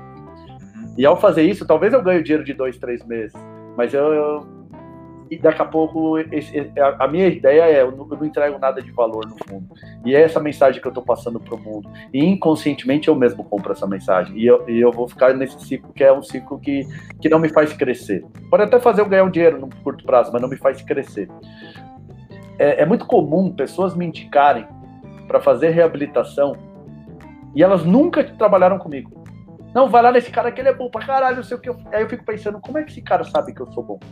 E ao fazer isso, talvez eu ganhe dinheiro de dois, três meses. Mas eu... eu e daqui a pouco, esse, a, a minha ideia é, eu não, eu não entrego nada de valor no fundo. E é essa mensagem que eu estou passando para o mundo. E inconscientemente eu mesmo compro essa mensagem. E eu, e eu vou ficar nesse ciclo que é um ciclo que, que não me faz crescer. Pode até fazer eu ganhar um dinheiro no curto prazo, mas não me faz crescer. É, é muito comum pessoas me indicarem para fazer reabilitação e elas nunca trabalharam comigo. Não, vai lá nesse cara que ele é bom pra caralho, não sei o que. Eu... Aí eu fico pensando, como é que esse cara sabe que eu sou bom?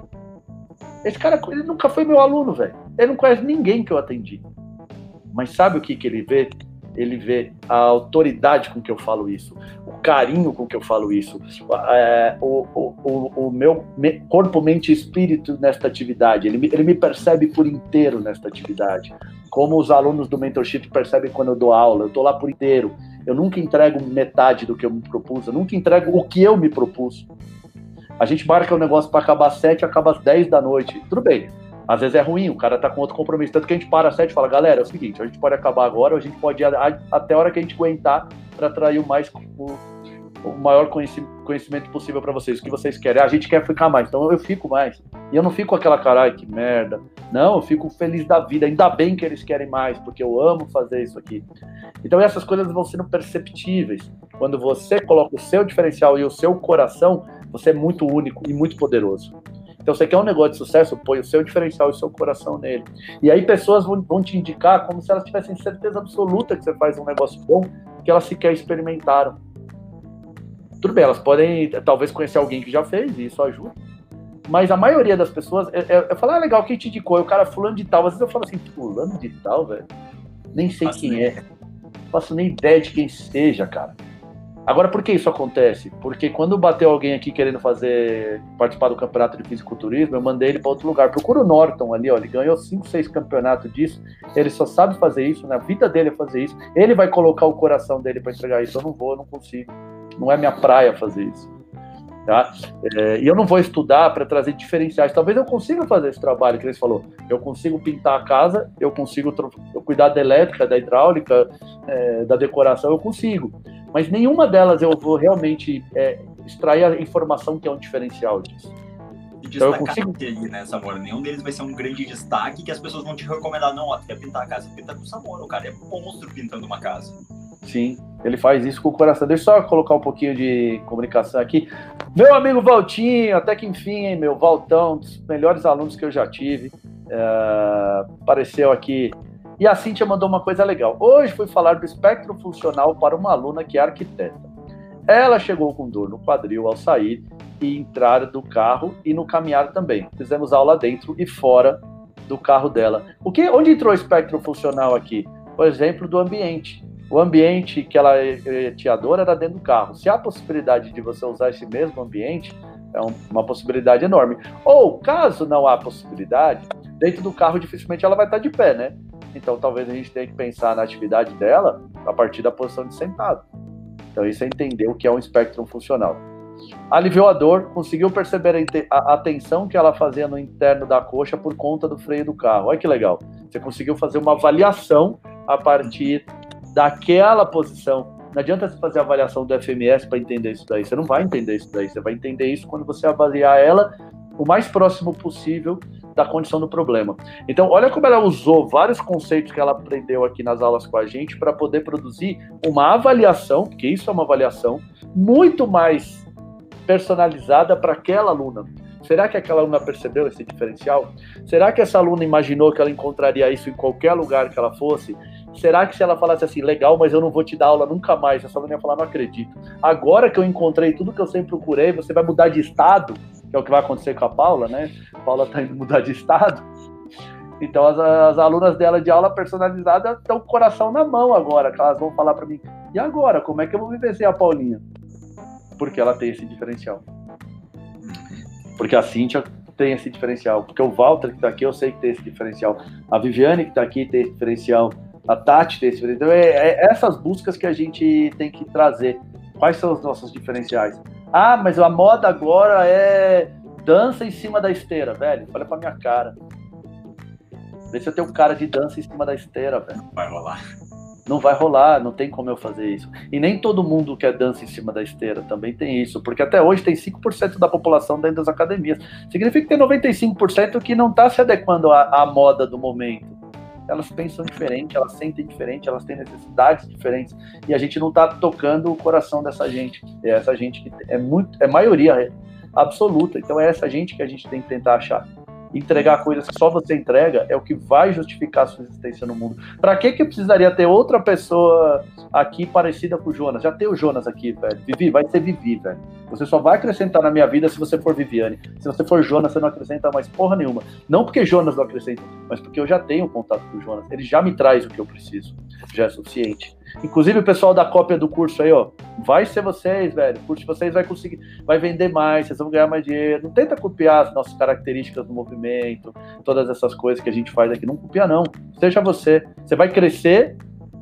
Esse cara, ele nunca foi meu aluno, velho. Ele não conhece ninguém que eu atendi. Mas sabe o que, que ele vê? Ele vê a autoridade com que eu falo isso, o carinho com que eu falo isso, é, o, o, o, o meu corpo, mente e espírito nesta atividade. Ele, ele me percebe por inteiro nesta atividade. Como os alunos do mentorship percebem quando eu dou aula. Eu tô lá por inteiro. Eu nunca entrego metade do que eu me propus. Eu nunca entrego o que eu me propus. A gente marca o negócio para acabar às sete, acaba às dez da noite. Tudo bem. Às vezes é ruim, o cara tá com outro compromisso. Tanto que a gente para às sete e fala, galera, é o seguinte, a gente pode acabar agora, ou a gente pode ir até a hora que a gente aguentar para atrair o, mais, o, o maior conhecimento possível para vocês. O que vocês querem? A gente quer ficar mais, então eu fico mais. E eu não fico com aquela caralho, que merda. Não, eu fico feliz da vida. Ainda bem que eles querem mais, porque eu amo fazer isso aqui. Então essas coisas vão sendo perceptíveis. Quando você coloca o seu diferencial e o seu coração, você é muito único e muito poderoso. Então, você quer um negócio de sucesso, põe o seu diferencial e o seu coração nele. E aí, pessoas vão, vão te indicar como se elas tivessem certeza absoluta que você faz um negócio bom, que elas sequer experimentaram. Tudo bem, elas podem, talvez, conhecer alguém que já fez, e isso ajuda. Mas a maioria das pessoas, eu, eu, eu falo, ah, legal, quem te indicou? E o cara, fulano de tal. Às vezes eu falo assim, fulano de tal, velho? Nem sei Faço quem nem. é. Não faço nem ideia de quem seja, cara. Agora, por que isso acontece? Porque quando bateu alguém aqui querendo fazer, participar do campeonato de fisiculturismo, eu mandei ele para outro lugar. Procura o Norton ali, ó, ele ganhou cinco, seis campeonatos disso, ele só sabe fazer isso, na vida dele é fazer isso, ele vai colocar o coração dele para entregar isso, eu não vou, eu não consigo, não é minha praia fazer isso. Tá? É, e eu não vou estudar para trazer diferenciais. Talvez eu consiga fazer esse trabalho que eles falou. Eu consigo pintar a casa, eu consigo eu cuidar da elétrica, da hidráulica, é, da decoração, eu consigo. Mas nenhuma delas eu vou realmente é, extrair a informação que é um diferencial disso. Então, destacar eu consigo... ali, né, Samora? Nenhum deles vai ser um grande destaque que as pessoas vão te recomendar. Não, ó, tu quer pintar a casa, pinta com o Samora. O cara é monstro pintando uma casa. Sim, ele faz isso com o coração. Deixa eu só colocar um pouquinho de comunicação aqui. Meu amigo Valtinho, até que enfim, hein, meu Valtão, um dos melhores alunos que eu já tive, é... apareceu aqui. E a Cíntia mandou uma coisa legal. Hoje fui falar do espectro funcional para uma aluna que é arquiteta. Ela chegou com dor no quadril ao sair e entrar do carro e no caminhar também. Fizemos aula dentro e fora do carro dela. O que, onde entrou o espectro funcional aqui? Por exemplo, do ambiente. O ambiente que ela tinha dor era dentro do carro. Se há a possibilidade de você usar esse mesmo ambiente, é uma possibilidade enorme. Ou, caso não há possibilidade, dentro do carro dificilmente ela vai estar de pé, né? Então, talvez a gente tenha que pensar na atividade dela a partir da posição de sentado. Então, isso é entender o que é um espectro funcional. Aliviou a dor, conseguiu perceber a, a tensão que ela fazia no interno da coxa por conta do freio do carro. Olha que legal. Você conseguiu fazer uma avaliação a partir daquela posição. Não adianta você fazer a avaliação do F M S para entender isso daí. Você não vai entender isso daí. Você vai entender isso quando você avaliar ela o mais próximo possível da condição do problema. Então, olha como ela usou vários conceitos que ela aprendeu aqui nas aulas com a gente para poder produzir uma avaliação, porque isso é uma avaliação, muito mais personalizada para aquela aluna. Será que aquela aluna percebeu esse diferencial? Será que essa aluna imaginou que ela encontraria isso em qualquer lugar que ela fosse? Será que se ela falasse assim, legal, mas eu não vou te dar aula nunca mais, essa aluna ia falar, não acredito. Agora que eu encontrei tudo que eu sempre procurei, você vai mudar de estado? Que é o que vai acontecer com a Paula, né? A Paula está indo mudar de estado. Então, as, as alunas dela de aula personalizada estão com o coração na mão agora, que elas vão falar para mim, e agora, como é que eu vou viver sem a Paulinha? Porque ela tem esse diferencial. Porque a Cíntia tem esse diferencial. Porque o Walter, que está aqui, eu sei que tem esse diferencial. A Viviane, que está aqui, tem esse diferencial. A Tati tem esse diferencial. Então, é, é essas buscas que a gente tem que trazer. Quais são os nossos diferenciais? Ah, mas a moda agora é dança em cima da esteira, velho. Olha pra minha cara. Vê se eu tenho um cara de dança em cima da esteira, velho. Vai rolar. Não vai rolar, não tem como eu fazer isso. E nem todo mundo quer dança em cima da esteira, também tem isso. Porque até hoje tem cinco por cento da população dentro das academias. Significa que tem noventa e cinco por cento que não está se adequando à, à moda do momento. Elas pensam diferente, elas sentem diferente, elas têm necessidades diferentes. E a gente não está tocando o coração dessa gente. É essa gente que é muito, é maioria absoluta. Então é essa gente que a gente tem que tentar achar. Entregar coisas que só você entrega é o que vai justificar a sua existência no mundo. Para que que precisaria ter outra pessoa aqui parecida com o Jonas? Já tem o Jonas aqui, velho. Vivi, vai ser Vivi, velho. Você só vai acrescentar na minha vida se você for Viviane. Se você for Jonas, você não acrescenta mais porra nenhuma. Não porque Jonas não acrescenta, mas porque eu já tenho contato com o Jonas. Ele já me traz o que eu preciso. Já é suficiente. Inclusive o pessoal da cópia do curso aí, ó, vai ser vocês, velho. O curso de vocês vai conseguir, vai vender mais, vocês vão ganhar mais dinheiro. Não tenta copiar as nossas características do movimento, todas essas coisas que a gente faz aqui. Não copia, não. Seja você. Você vai crescer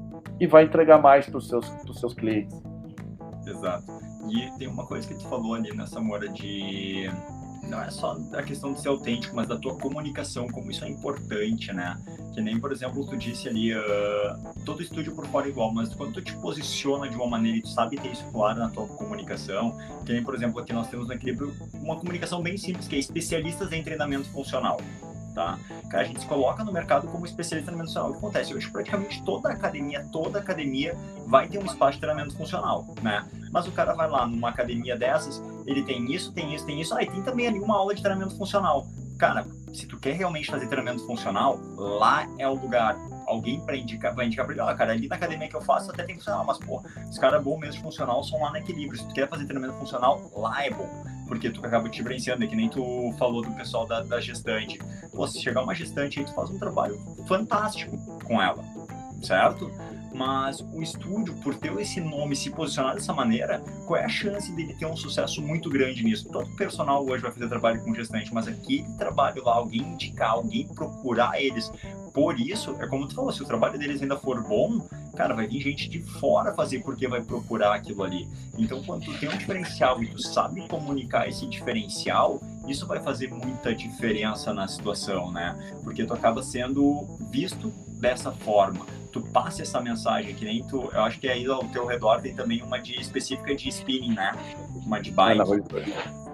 e vai entregar mais para os seus, pros seus clientes. Exato. E tem uma coisa que tu falou ali nessa Moura de... Não é só a questão de ser autêntico, mas da tua comunicação, como isso é importante, né? Que nem, por exemplo, tu disse ali, uh, todo estúdio por fora é igual, mas quando tu te posiciona de uma maneira e tu sabe ter isso claro na tua comunicação, que nem, por exemplo, aqui nós temos no Equilíbrio uma comunicação bem simples, que é especialistas em treinamento funcional. Tá? Cara, a gente se coloca no mercado como especialista em treinamento funcional. O que acontece? Hoje, praticamente toda academia, toda academia vai ter um espaço de treinamento funcional, né? Mas o cara vai lá numa academia dessas, ele tem isso, tem isso, tem isso, ah, e tem também ali uma aula de treinamento funcional. Cara, se tu quer realmente fazer treinamento funcional, lá é o lugar. Alguém para indicar, vai indicar pra ele, ó, cara, ali na academia que eu faço até tem funcional, mas, pô, os caras bons mesmo de funcional são lá no Equilíbrio. Se tu quer fazer treinamento funcional, lá é bom. Porque tu acaba te diferenciando, é que nem tu falou do pessoal da, da gestante. Pô, se chegar uma gestante aí, tu faz um trabalho fantástico com ela, certo? Mas o estúdio, por ter esse nome, se posicionar dessa maneira, qual é a chance dele ter um sucesso muito grande nisso? Todo personal hoje vai fazer trabalho com gestante, mas aquele trabalho lá, alguém indicar, alguém procurar eles, por isso, é como tu falou, se o trabalho deles ainda for bom, cara, vai vir gente de fora fazer porque vai procurar aquilo ali. Então, quando tu tem um diferencial e tu sabe comunicar esse diferencial, isso vai fazer muita diferença na situação, né? Porque tu acaba sendo visto dessa forma. Tu passa essa mensagem, que nem tu, eu acho que aí ao teu redor tem também uma de específica de spinning, né? Uma de bike.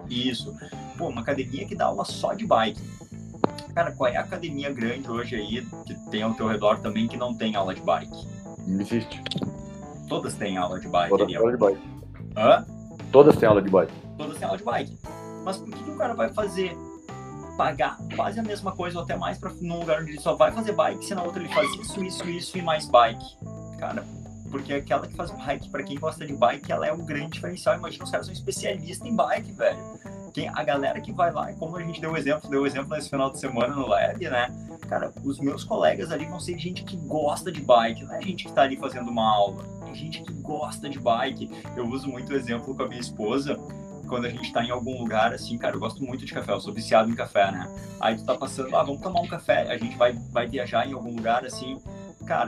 Isso. Pô, uma academia que dá aula só de bike. Cara, qual é a academia grande hoje aí, que tem ao teu redor também, que não tem aula de bike? Não existe. Todas têm aula de bike. Todas ali, têm aula de bike. Hã? Todas têm aula de bike. Todas têm aula de bike. Mas por que, que o cara vai fazer, pagar quase a mesma coisa ou até mais pra, num lugar onde ele só vai fazer bike, se na outra ele faz isso, isso, isso e mais bike? Cara, porque aquela que faz bike, pra quem gosta de bike, ela é um grande diferencial. Imagina, os caras são especialistas em bike, velho. Quem, a galera que vai lá, como a gente deu exemplo, deu exemplo nesse final de semana no Lab, né? Cara, os meus colegas ali vão ser gente que gosta de bike, não é gente que tá ali fazendo uma aula, é gente que gosta de bike. Eu uso muito o exemplo com a minha esposa, quando a gente tá em algum lugar, assim, cara, eu gosto muito de café, eu sou viciado em café, né? Aí tu tá passando, ah, vamos tomar um café, a gente vai, vai viajar em algum lugar, assim, cara,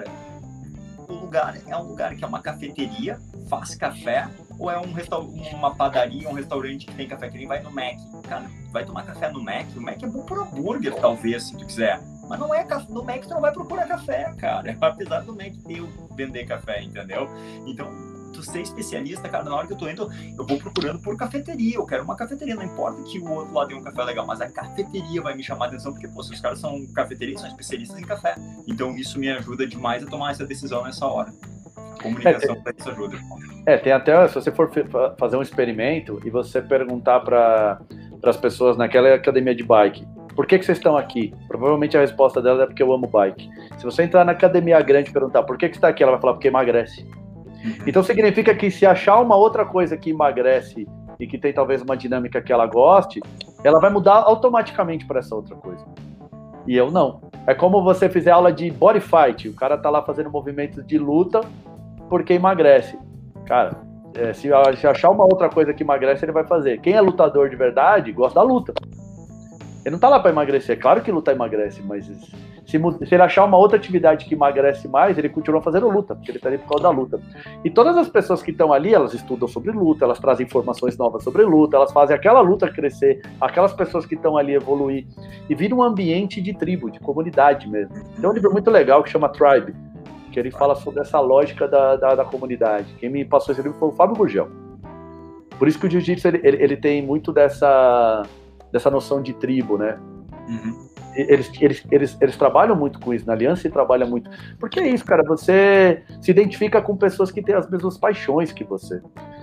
o lugar é um lugar que é uma cafeteria, faz café, ou é um restaur... uma padaria, um restaurante que tem café, que nem vai no Mac. Cara, vai tomar café no Mac? O Mac é bom por hambúrguer, talvez, se tu quiser. Mas não é café. No Mac tu não vai procurar café, cara. Apesar do Mac ter vender café, entendeu? Então, tu ser especialista, cara, na hora que eu tô indo, eu vou procurando por cafeteria. Eu quero uma cafeteria, não importa que o outro lado tenha um café legal, mas a cafeteria vai me chamar a atenção, porque, pô, se os caras são cafeteria, são especialistas em café. Então, isso me ajuda demais a tomar essa decisão nessa hora. Comunicação é, isso ajuda. É, tem até, se você for fazer um experimento e você perguntar para as pessoas naquela academia de bike, por que, que vocês estão aqui? Provavelmente a resposta dela é porque eu amo bike. Se você entrar na academia grande e perguntar por que, que você está aqui, ela vai falar porque emagrece. Uhum. Então significa que se achar uma outra coisa que emagrece e que tem talvez uma dinâmica que ela goste, ela vai mudar automaticamente para essa outra coisa. E eu não. É como você fizer aula de body fight, o cara tá lá fazendo movimentos de luta porque emagrece. Cara, é, se, se achar uma outra coisa que emagrece, ele vai fazer. Quem é lutador de verdade, gosta da luta. Ele não tá lá para emagrecer. Claro que luta emagrece, mas se, se ele achar uma outra atividade que emagrece mais, ele continua fazendo luta, porque ele tá ali por causa da luta. E todas as pessoas que estão ali, elas estudam sobre luta, elas trazem informações novas sobre luta, elas fazem aquela luta crescer, aquelas pessoas que estão ali evoluir, e vira um ambiente de tribo, de comunidade mesmo. Tem um livro muito legal que chama Tribe, que ele fala sobre essa lógica da, da, da comunidade. Quem me passou esse livro foi o Fábio Gurgel. Por isso que o jiu-jitsu, ele, ele, ele tem muito dessa, dessa noção de tribo, né? Uhum. Eles, eles, eles, eles trabalham muito com isso, na Aliança se trabalha muito. Porque é isso, cara, você se identifica com pessoas que têm as mesmas paixões que você.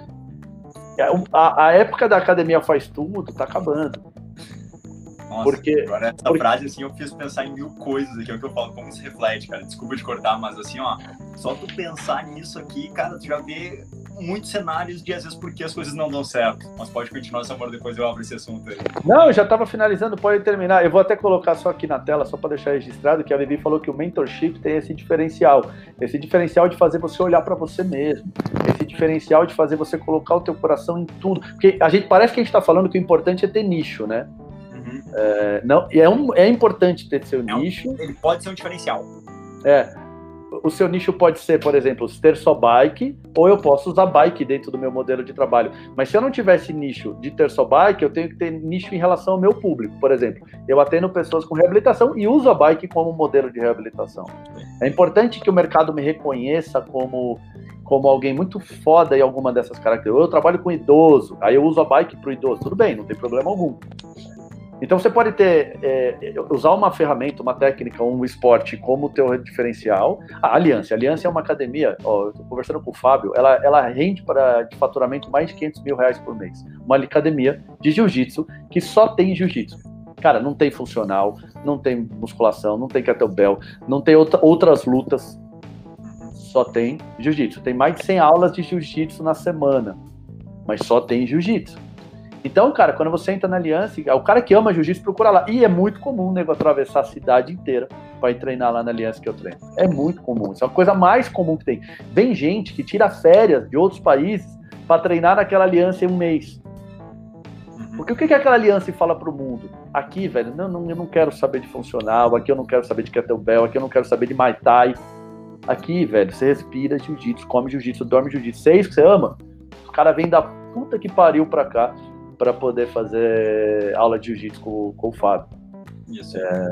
A, a época da academia faz tudo, tá acabando. Nossa, porque, agora essa porque... frase, assim, eu fiz pensar em mil coisas aqui, é o que eu falo, como isso reflete, cara, desculpa te cortar, mas assim, ó, só tu pensar nisso aqui, cara, tu já vê muitos cenários de, às vezes, porque as coisas não dão certo, mas pode continuar, Samora, depois eu abro esse assunto aí. Não, eu já tava finalizando, pode terminar, eu vou até colocar só aqui na tela, só para deixar registrado, que a Vivi falou que o mentorship tem esse diferencial, esse diferencial de fazer você olhar para você mesmo, esse diferencial de fazer você colocar o teu coração em tudo, porque a gente, parece que a gente tá falando que o importante é ter nicho, né? É, não, é, um, é importante ter seu é um, nicho. Ele pode ser um diferencial. É. O seu nicho pode ser, por exemplo, ter só bike, ou eu posso usar bike dentro do meu modelo de trabalho. Mas se eu não tivesse nicho de ter só bike, eu tenho que ter nicho em relação ao meu público. Por exemplo, eu atendo pessoas com reabilitação e uso a bike como modelo de reabilitação. É importante que o mercado me reconheça como, como alguém muito foda em alguma dessas características. Eu trabalho com idoso, aí eu uso a bike para o idoso. Tudo bem, não tem problema algum. Então você pode ter, é, usar uma ferramenta, uma técnica, um esporte como teu diferencial. A Aliança, a Aliança é uma academia, ó, eu tô conversando com o Fábio, ela, ela rende para de faturamento mais de quinhentos mil reais por mês. Uma academia de jiu-jitsu que só tem jiu-jitsu. Cara, não tem funcional, não tem musculação, não tem kettlebell, não tem outra, outras lutas, só tem jiu-jitsu. Tem mais de cem aulas de jiu-jitsu na semana, mas só tem jiu-jitsu. Então, cara, quando você entra na Aliança, o cara que ama jiu-jitsu procura lá. E é muito comum o nego atravessar a cidade inteira para ir treinar lá na Aliança que eu treino. É muito comum. Isso é a coisa mais comum que tem. Vem gente que tira férias de outros países para treinar naquela Aliança em um mês. Porque o que, que aquela Aliança fala pro mundo? Aqui, velho, não, não, eu não quero saber de funcional, aqui eu não quero saber de kettlebell, aqui eu não quero saber de Muay Thai. Aqui, velho, você respira jiu-jitsu, come jiu-jitsu, dorme jiu-jitsu. Se é isso que você ama, o cara vem da puta que pariu pra cá para poder fazer aula de jiu-jitsu com, com o Fábio. Isso. É...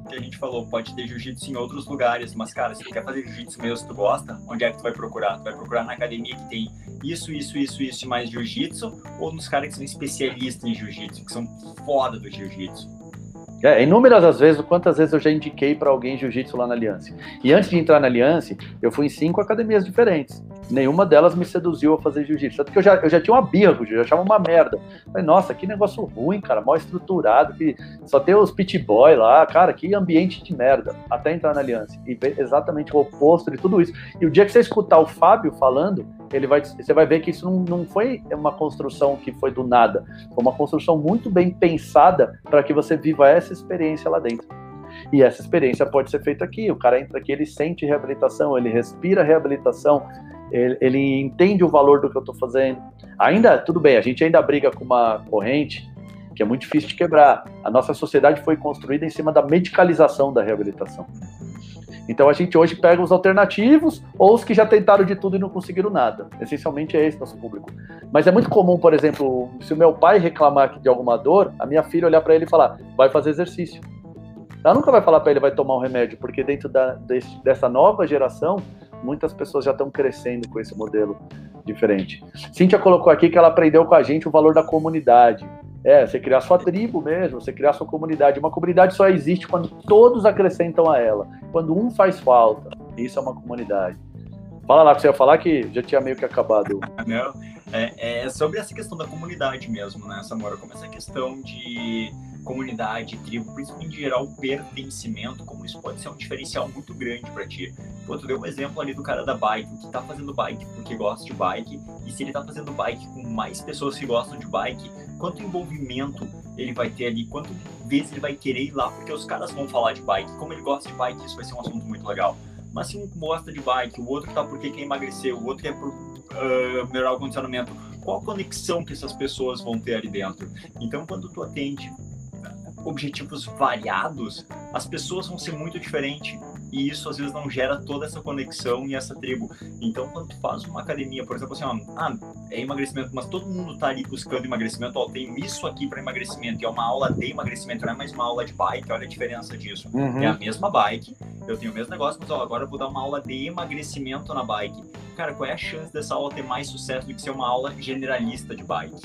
que a gente falou, pode ter jiu-jitsu em outros lugares, mas, cara, se tu quer fazer jiu-jitsu mesmo, se tu gosta, onde é que tu vai procurar? Tu vai procurar na academia que tem isso, isso, isso, isso e mais jiu-jitsu, ou nos caras que são especialistas em jiu-jitsu, que são foda do jiu-jitsu? É, inúmeras as vezes, quantas vezes eu já indiquei para alguém jiu-jitsu lá na Aliança. E antes de entrar na Aliança, eu fui em cinco academias diferentes. Nenhuma delas me seduziu a fazer jiu-jitsu. Tanto que eu já, eu já tinha uma birra com o jiu-jitsu, eu achava uma merda. Falei, nossa, que negócio ruim, cara, mal estruturado, que só tem os pit boy lá, cara, que ambiente de merda. Até entrar na Aliança e ver exatamente o oposto de tudo isso. E o dia que você escutar o Fábio falando, ele vai, você vai ver que isso não, não foi uma construção que foi do nada. Foi uma construção muito bem pensada para que você viva essa experiência lá dentro. E essa experiência pode ser feita aqui. O cara entra aqui, ele sente reabilitação, ele respira reabilitação, ele, ele entende o valor do que eu estou fazendo. Ainda, tudo bem, a gente ainda briga com uma corrente que é muito difícil de quebrar. A nossa sociedade foi construída em cima da medicalização da reabilitação. Então a gente hoje pega os alternativos ou os que já tentaram de tudo e não conseguiram nada. Essencialmente é esse nosso público. Mas é muito comum, por exemplo, se o meu pai reclamar de alguma dor, a minha filha olhar para ele e falar, vai fazer exercício. Ela nunca vai falar para ele, vai tomar um remédio, porque dentro da, desse, dessa nova geração, muitas pessoas já estão crescendo com esse modelo diferente. Cíntia colocou aqui que ela aprendeu com a gente o valor da comunidade. É, você criar sua tribo mesmo, você criar sua comunidade. Uma comunidade só existe quando todos acrescentam a ela. Quando um faz falta. Isso é uma comunidade. Fala lá, que você ia falar que já tinha meio que acabado. Não, é, é sobre essa questão da comunidade mesmo, né, Samora? Como essa questão de comunidade, tribo, principalmente de gerar o pertencimento, como isso pode ser um diferencial muito grande para ti. Pô, tu deu um exemplo ali do cara da bike, que tá fazendo bike porque gosta de bike, e se ele tá fazendo bike com mais pessoas que gostam de bike, quanto envolvimento ele vai ter ali, quantas vezes ele vai querer ir lá, porque os caras vão falar de bike, como ele gosta de bike, isso vai ser um assunto muito legal. Mas se um gosta de bike, o outro tá porque quer emagrecer, o outro quer por, uh, melhorar o condicionamento, qual a conexão que essas pessoas vão ter ali dentro? Então, quando tu atende objetivos variados, as pessoas vão ser muito diferentes, e isso às vezes não gera toda essa conexão e essa tribo. Então, quando tu faz uma academia, por exemplo, assim, ó, ah, é emagrecimento, mas todo mundo tá ali buscando emagrecimento, ó, tenho isso aqui para emagrecimento, e é uma aula de emagrecimento, não é mais uma aula de bike, olha a diferença disso. Uhum. É a mesma bike, eu tenho o mesmo negócio, mas ó, agora eu vou dar uma aula de emagrecimento na bike. Cara, qual é a chance dessa aula ter mais sucesso do que ser uma aula generalista de bike?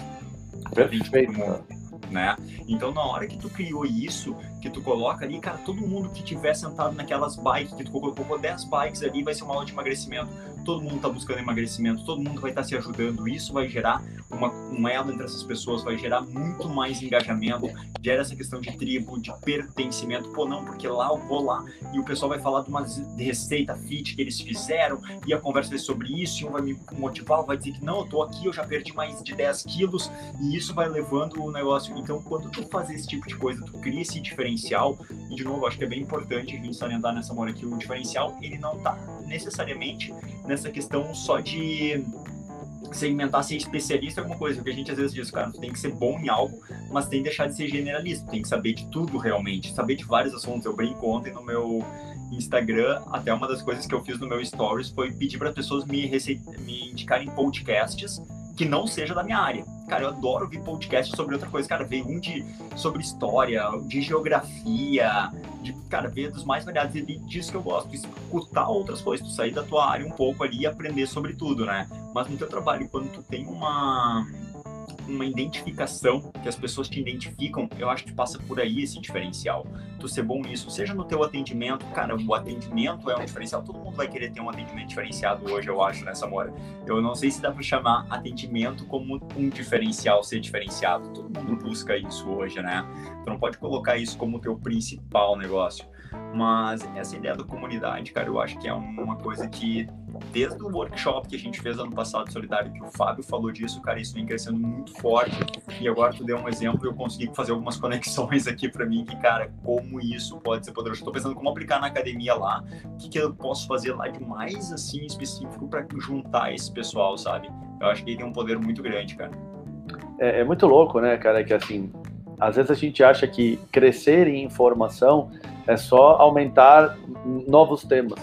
Perfeito. Né? Então, na hora que tu criou isso, que tu coloca ali, cara, todo mundo que tiver sentado naquelas bikes, que tu colocou dez bikes ali, vai ser uma aula de emagrecimento. Todo mundo tá buscando emagrecimento, todo mundo vai estar tá se ajudando. Isso vai gerar uma, um elo entre essas pessoas, vai gerar muito mais engajamento, gera essa questão de tribo, de pertencimento. Pô, não, porque lá eu vou lá e o pessoal vai falar de uma receita fit que eles fizeram e a conversa vai sobre isso, e um vai me motivar, vai dizer que não, eu tô aqui, eu já perdi mais de dez quilos, e isso vai levando o negócio. Então, quando tu faz esse tipo de coisa, tu cria esse diferencial, e de novo, acho que é bem importante a gente salientar nessa hora que o diferencial, ele não tá necessariamente nessa questão só de segmentar, ser especialista em alguma coisa, porque a gente às vezes diz, cara, tu tem que ser bom em algo, mas tem que deixar de ser generalista, tem que saber de tudo realmente, saber de vários assuntos. Eu brinco ontem no meu Instagram, até uma das coisas que eu fiz no meu Stories foi pedir para as pessoas me, rece... me indicarem podcasts que não seja da minha área. Cara, eu adoro ouvir podcast sobre outra coisa. Cara, veio um de, sobre história, de geografia, de, cara, ver dos mais variados, e disso que eu gosto, de escutar outras coisas, tu sair da tua área um pouco ali e aprender sobre tudo, né? Mas no teu trabalho, quando tu tem uma, uma identificação, que as pessoas te identificam, eu acho que passa por aí esse diferencial. Tu ser bom nisso, seja no teu atendimento, cara, o atendimento é um diferencial, todo mundo vai querer ter um atendimento diferenciado hoje, eu acho, nessa Samora. Eu não sei se dá para chamar atendimento como um diferencial, ser diferenciado, todo mundo busca isso hoje, né? Tu não pode colocar isso como teu principal negócio. Mas essa ideia da comunidade, cara, eu acho que é uma coisa que, desde o workshop que a gente fez ano passado, Solidário, que o Fábio falou disso, cara, isso vem crescendo muito forte. E agora tu deu um exemplo e eu consegui fazer algumas conexões aqui pra mim, que, cara, como isso pode ser poderoso. Eu tô pensando como aplicar na academia lá, o que, que eu posso fazer lá de mais, assim, específico pra juntar esse pessoal, sabe? Eu acho que ele tem um poder muito grande, cara. É, é muito louco, né, cara, que assim, às vezes a gente acha que crescer em informação é só aumentar novos temas,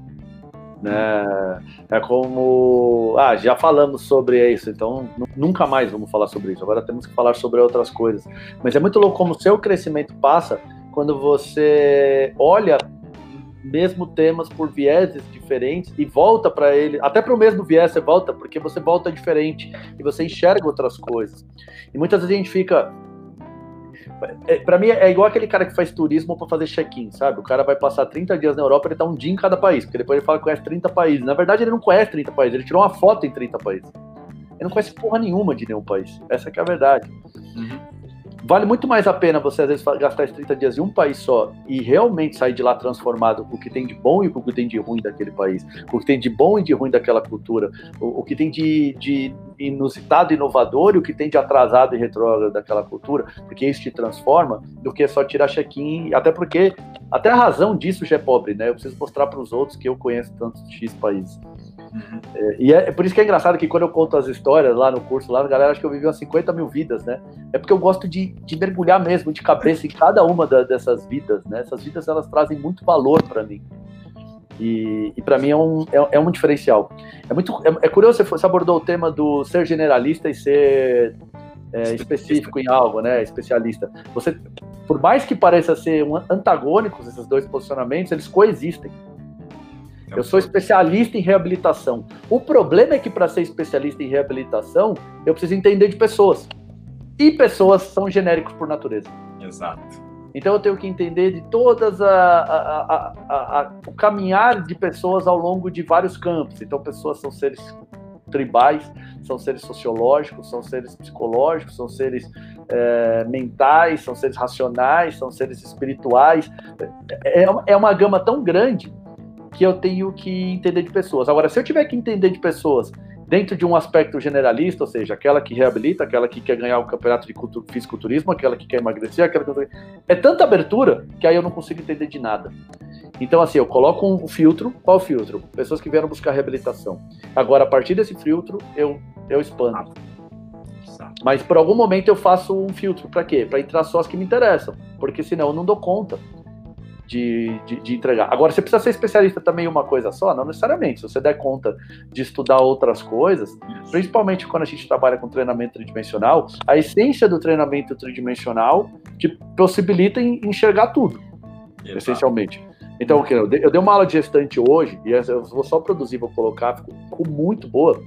né? É como, ah, já falamos sobre isso, então nunca mais vamos falar sobre isso, agora temos que falar sobre outras coisas. Mas é muito louco como o seu crescimento passa quando você olha mesmo temas por vieses diferentes e volta para ele, até para o mesmo viés você volta, porque você volta diferente e você enxerga outras coisas. E muitas vezes a gente fica... É, para mim é igual aquele cara que faz turismo para fazer check-in, sabe? O cara vai passar trinta dias na Europa, ele tá um dia em cada país, porque depois ele fala que conhece trinta países. Na verdade ele não conhece trinta países, ele tirou uma foto em trinta países. Ele não conhece porra nenhuma de nenhum país. Essa que é a verdade. Uhum. Vale muito mais a pena você, às vezes, gastar esses trinta dias em um país só e realmente sair de lá transformado com o que tem de bom e com o que tem de ruim daquele país, com o que tem de bom e de ruim daquela cultura, o, o que tem de, de inusitado e inovador e o que tem de atrasado e retrógrado daquela cultura, porque isso te transforma, do que só tirar check-in, até porque, até a razão disso já é pobre, né? Eu preciso mostrar para os outros que eu conheço tantos X países. Uhum. É, e é, é por isso que é engraçado que quando eu conto as histórias lá no curso, lá a galera acha que eu vivi umas cinquenta mil vidas, né? É porque eu gosto de, de mergulhar mesmo de cabeça em cada uma da, dessas vidas, né? Essas vidas, elas trazem muito valor para mim. E, e para mim é um, é, é um diferencial. É, muito, é, é curioso, você abordou o tema do ser generalista e ser é, específico em algo, né? Especialista. Você, por mais que pareça ser um, antagônicos esses dois posicionamentos, eles coexistem. Eu sou especialista em reabilitação. O problema é que para ser especialista em reabilitação, eu preciso entender de pessoas. E pessoas são genéricos por natureza. Exato. Então eu tenho que entender de todas a, a, a, a, a, o caminhar de pessoas ao longo de vários campos. Então pessoas são seres tribais, são seres sociológicos, são seres psicológicos, são seres é, mentais, são seres racionais, são seres espirituais. É, é uma gama tão grande que eu tenho que entender de pessoas. Agora, se eu tiver que entender de pessoas dentro de um aspecto generalista, ou seja, aquela que reabilita, aquela que quer ganhar o campeonato de fisiculturismo, aquela que quer emagrecer, aquela que... É tanta abertura que aí eu não consigo entender de nada. Então, assim, eu coloco um filtro. Qual filtro? Pessoas que vieram buscar reabilitação. Agora, a partir desse filtro, eu, eu expando. Mas, por algum momento, eu faço um filtro. Para quê? Para entrar só as que me interessam. Porque, senão, eu não dou conta. De, de, de entregar. Agora, você precisa ser especialista também em uma coisa só? Não necessariamente. Se você der conta de estudar outras coisas, principalmente quando a gente trabalha com treinamento tridimensional, a essência do treinamento tridimensional te possibilita enxergar tudo, exato, essencialmente. Então, eu dei, eu dei uma aula de gestante hoje, e eu vou só produzir, vou colocar, ficou, ficou muito boa.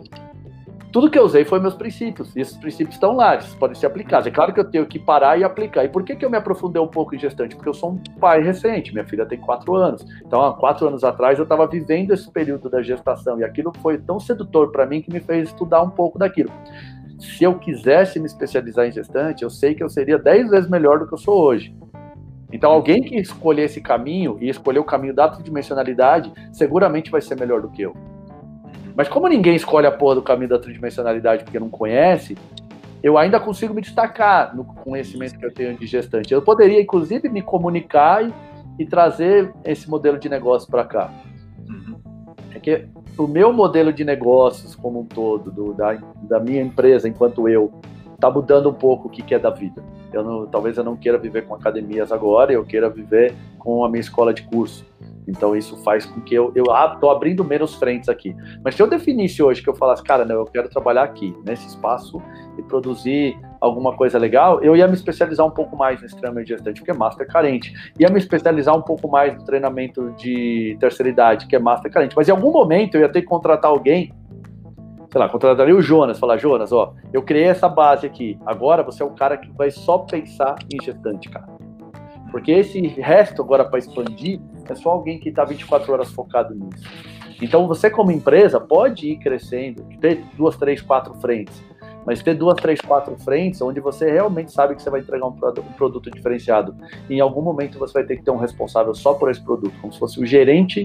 Tudo que eu usei foi meus princípios, e esses princípios estão lá, eles podem ser aplicados. É claro que eu tenho que parar e aplicar. E por que, que eu me aprofundei um pouco em gestante? Porque eu sou um pai recente, minha filha tem quatro anos. Então, há quatro anos atrás, eu estava vivendo esse período da gestação, e aquilo foi tão sedutor para mim que me fez estudar um pouco daquilo. Se eu quisesse me especializar em gestante, eu sei que eu seria dez vezes melhor do que eu sou hoje. Então, alguém que escolher esse caminho, e escolher o caminho da tridimensionalidade, seguramente vai ser melhor do que eu. Mas como ninguém escolhe a porra do caminho da tridimensionalidade porque não conhece, eu ainda consigo me destacar no conhecimento que eu tenho de gestante. Eu poderia, inclusive, me comunicar e, e trazer esse modelo de negócio para cá. Uhum. É que o meu modelo de negócios como um todo, do, da, da minha empresa enquanto eu, está mudando um pouco o que, que é da vida. Eu não, talvez eu não queira viver com academias agora, eu queira viver com a minha escola de curso. Então isso faz com que eu, eu ah, tô abrindo menos frentes aqui. Mas se eu definisse hoje que eu falasse, cara, não, eu quero trabalhar aqui, nesse espaço, e produzir alguma coisa legal, eu ia me especializar um pouco mais nesse treinamento de gestante, que é master carente. Ia me especializar um pouco mais no treinamento de terceira idade, que é master carente. Mas em algum momento eu ia ter que contratar alguém, sei lá, contrataria o Jonas, falar, Jonas, ó, eu criei essa base aqui, agora você é o cara que vai só pensar em gestante, cara. Porque esse resto agora para expandir é só alguém que está vinte e quatro horas focado nisso. Então você como empresa pode ir crescendo, ter duas, três, quatro frentes, mas ter duas, três, quatro frentes onde você realmente sabe que você vai entregar um produto, um produto diferenciado. E em algum momento você vai ter que ter um responsável só por esse produto, como se fosse o gerente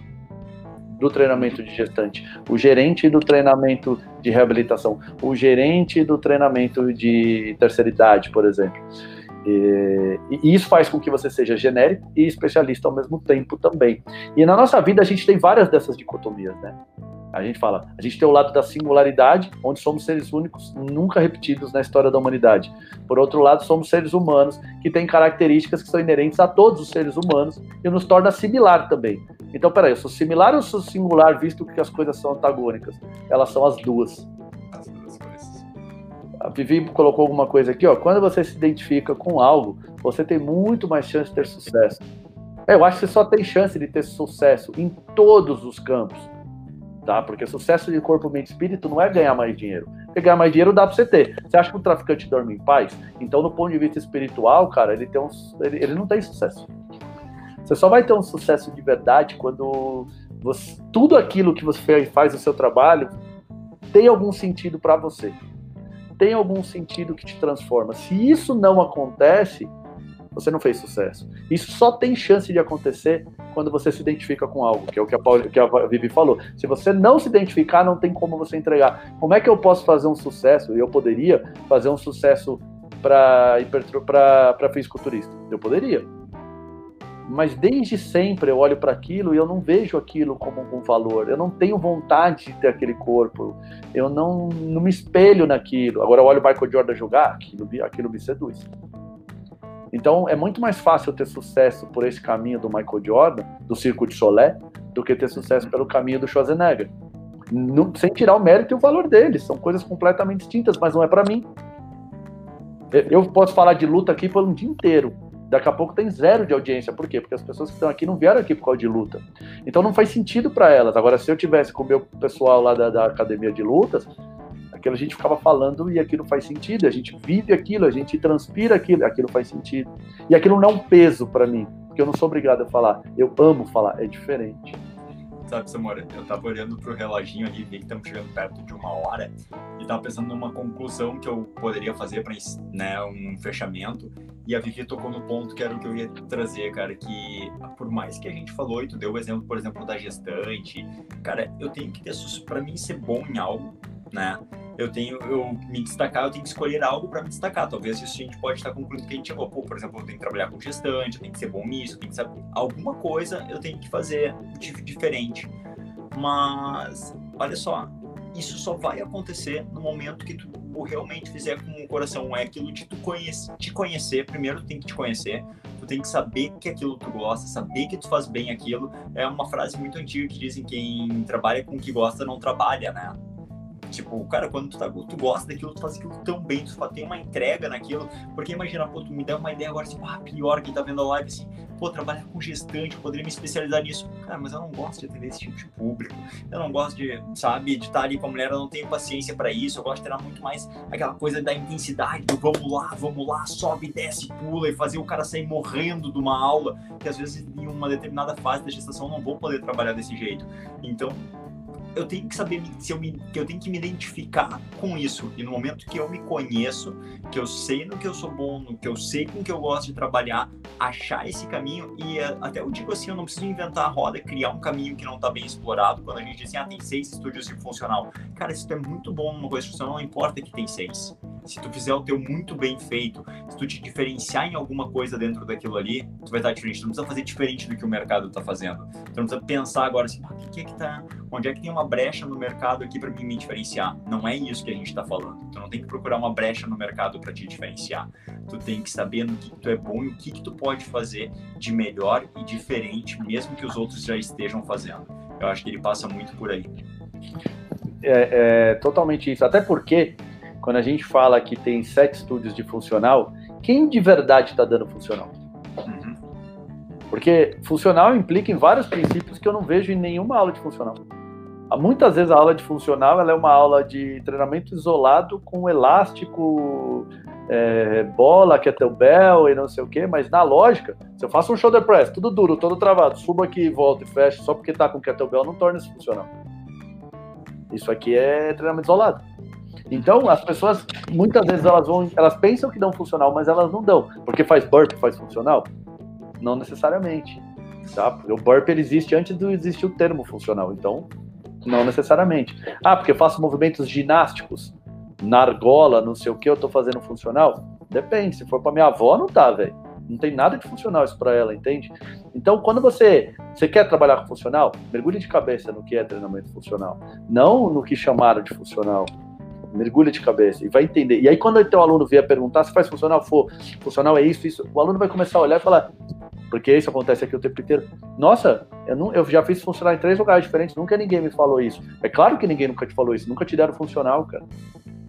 do treinamento de gestante, o gerente do treinamento de reabilitação, o gerente do treinamento de terceira idade, por exemplo. E, e isso faz com que você seja genérico e especialista ao mesmo tempo também. E na nossa vida a gente tem várias dessas dicotomias, né? A gente fala, a gente tem o lado da singularidade, onde somos seres únicos, nunca repetidos na história da humanidade. Por outro lado, somos seres humanos que têm características que são inerentes a todos os seres humanos e nos torna similar também. Então, peraí, eu sou similar ou sou singular, visto que as coisas são antagônicas? Elas são as duas. As duas coisas. Vivi colocou alguma coisa aqui, ó. Quando você se identifica com algo, você tem muito mais chance de ter sucesso. Eu acho que você só tem chance de ter sucesso em todos os campos, tá? Porque sucesso de corpo, mente e espírito não é ganhar mais dinheiro. Porque ganhar mais dinheiro dá pra você ter. Você acha que o traficante dorme em paz? Então, do ponto de vista espiritual, cara, ele, tem um, ele, ele não tem sucesso. Você só vai ter um sucesso de verdade quando você, tudo aquilo que você faz no seu trabalho tem algum sentido para você. Tem algum sentido que te transforma. Se isso não acontece, você não fez sucesso. Isso só tem chance de acontecer quando você se identifica com algo, que é o que a, Paul, que a Vivi falou. Se você não se identificar, não tem como você entregar. Como é que eu posso fazer um sucesso? Eu poderia fazer um sucesso para fisiculturista. Eu poderia. Mas desde sempre eu olho para aquilo e eu não vejo aquilo como um valor. Eu não tenho vontade de ter aquele corpo. Eu não, não me espelho naquilo. Agora eu olho o Michael Jordan jogar, aquilo, aquilo me seduz. Então é muito mais fácil ter sucesso por esse caminho do Michael Jordan, do Circo de Solé, do que ter sucesso pelo caminho do Schwarzenegger. Não, sem tirar o mérito e o valor deles. São coisas completamente distintas, mas não é para mim. Eu posso falar de luta aqui por um dia inteiro. Daqui a pouco tem zero de audiência. Por quê? Porque as pessoas que estão aqui não vieram aqui por causa de luta. Então não faz sentido para elas. Agora, se eu tivesse com o meu pessoal lá da, da academia de lutas, aquilo a gente ficava falando e aquilo faz sentido. A gente vive aquilo, a gente transpira aquilo, aquilo faz sentido. E aquilo não é um peso para mim, porque eu não sou obrigado a falar. Eu amo falar, é diferente. Sabe, Samora, eu tava olhando pro reloginho ali, vi que estamos chegando perto de uma hora, e tava pensando numa conclusão que eu poderia fazer para, né, um fechamento, e a Vivi tocou no ponto que era o que eu ia trazer, cara, que por mais que a gente falou, e tu deu o exemplo, por exemplo, da gestante, cara, eu tenho que ter, para mim ser bom em algo, né, eu tenho, eu me destacar, eu tenho que escolher algo para me destacar. Talvez isso a gente pode estar concluindo que a gente chegou, pô, por exemplo, eu tenho que trabalhar com gestante, eu tenho que ser bom nisso, eu tenho que saber alguma coisa, eu tenho que fazer diferente. Mas, olha só, isso só vai acontecer no momento que tu realmente fizer com o coração. É aquilo de tu conhece, te conhecer, primeiro tu tem que te conhecer, tu tem que saber que aquilo tu gosta, saber que tu faz bem aquilo. É uma frase muito antiga que dizem que quem trabalha com o que gosta não trabalha, né? Tipo, cara, quando tu, tá, tu gosta daquilo, tu faz aquilo tão bem, tu tem uma entrega naquilo, porque imagina, pô, tu me dá uma ideia agora, assim, ah, pior, quem tá vendo a live, assim, pô, trabalhar com gestante, eu poderia me especializar nisso. Cara, mas eu não gosto de atender esse tipo de público, eu não gosto de, sabe, de estar ali com a mulher, eu não tenho paciência pra isso, eu gosto de treinar muito mais aquela coisa da intensidade, do vamos lá, vamos lá, sobe, desce, pula, e fazer o cara sair morrendo de uma aula, que às vezes em uma determinada fase da gestação eu não vou poder trabalhar desse jeito. Então, eu tenho que saber se eu me, que eu tenho que me identificar com isso, e no momento que eu me conheço, que eu sei no que eu sou bom, no que eu sei com que eu gosto de trabalhar, achar esse caminho. E até eu digo assim, eu não preciso inventar a roda, criar um caminho que não está bem explorado. Quando a gente diz assim, ah, tem seis estúdios de funcional, cara, se tu é muito bom numa coisa funcional, não importa que tem seis. Se tu fizer o teu muito bem feito, se tu te diferenciar em alguma coisa dentro daquilo ali, tu vai estar diferente. Tu não precisa fazer diferente do que o mercado está fazendo. Tu não precisa pensar agora assim, ah, o que é que tá, onde é que tem uma brecha no mercado aqui para mim me diferenciar. Não é isso que a gente está falando. Tu não tem que procurar uma brecha no mercado para te diferenciar. Tu tem que saber no que, que tu é bom e o que, que tu pode fazer de melhor e diferente, mesmo que os outros já estejam fazendo. Eu acho que ele passa muito por aí. É, é totalmente isso. Até porque, quando a gente fala que tem sete estúdios de funcional, quem de verdade está dando funcional? Uhum. Porque funcional implica em vários princípios que eu não vejo em nenhuma aula de funcional. Muitas vezes a aula de funcional ela é uma aula de treinamento isolado com elástico, é, bola, kettlebell e não sei o que, mas na lógica, se eu faço um shoulder press, tudo duro, todo travado, subo aqui, volto e fecho, só porque tá com kettlebell não torna isso funcional. Isso aqui é treinamento isolado. Então, as pessoas, muitas vezes elas vão, elas pensam que dão funcional, mas elas não dão. Porque faz burpee, faz funcional? Não necessariamente. Tá? Porque o burpee ele existe antes de existir o termo funcional, então não necessariamente. Ah, porque eu faço movimentos ginásticos, na argola, não sei o que, eu tô fazendo funcional? Depende, se for pra minha avó, não tá, velho. Não tem nada de funcional isso pra ela, entende? Então, quando você, você quer trabalhar com funcional, mergulhe de cabeça no que é treinamento funcional. Não no que chamaram de funcional. Mergulha de cabeça e vai entender. E aí, quando o teu aluno vier perguntar se faz funcional, for, funcional é isso, isso, o aluno vai começar a olhar e falar, porque isso acontece aqui o tempo inteiro. Nossa, eu, não, eu já fiz funcional em três lugares diferentes, nunca ninguém me falou isso. É claro que ninguém nunca te falou isso, nunca te deram funcional, cara.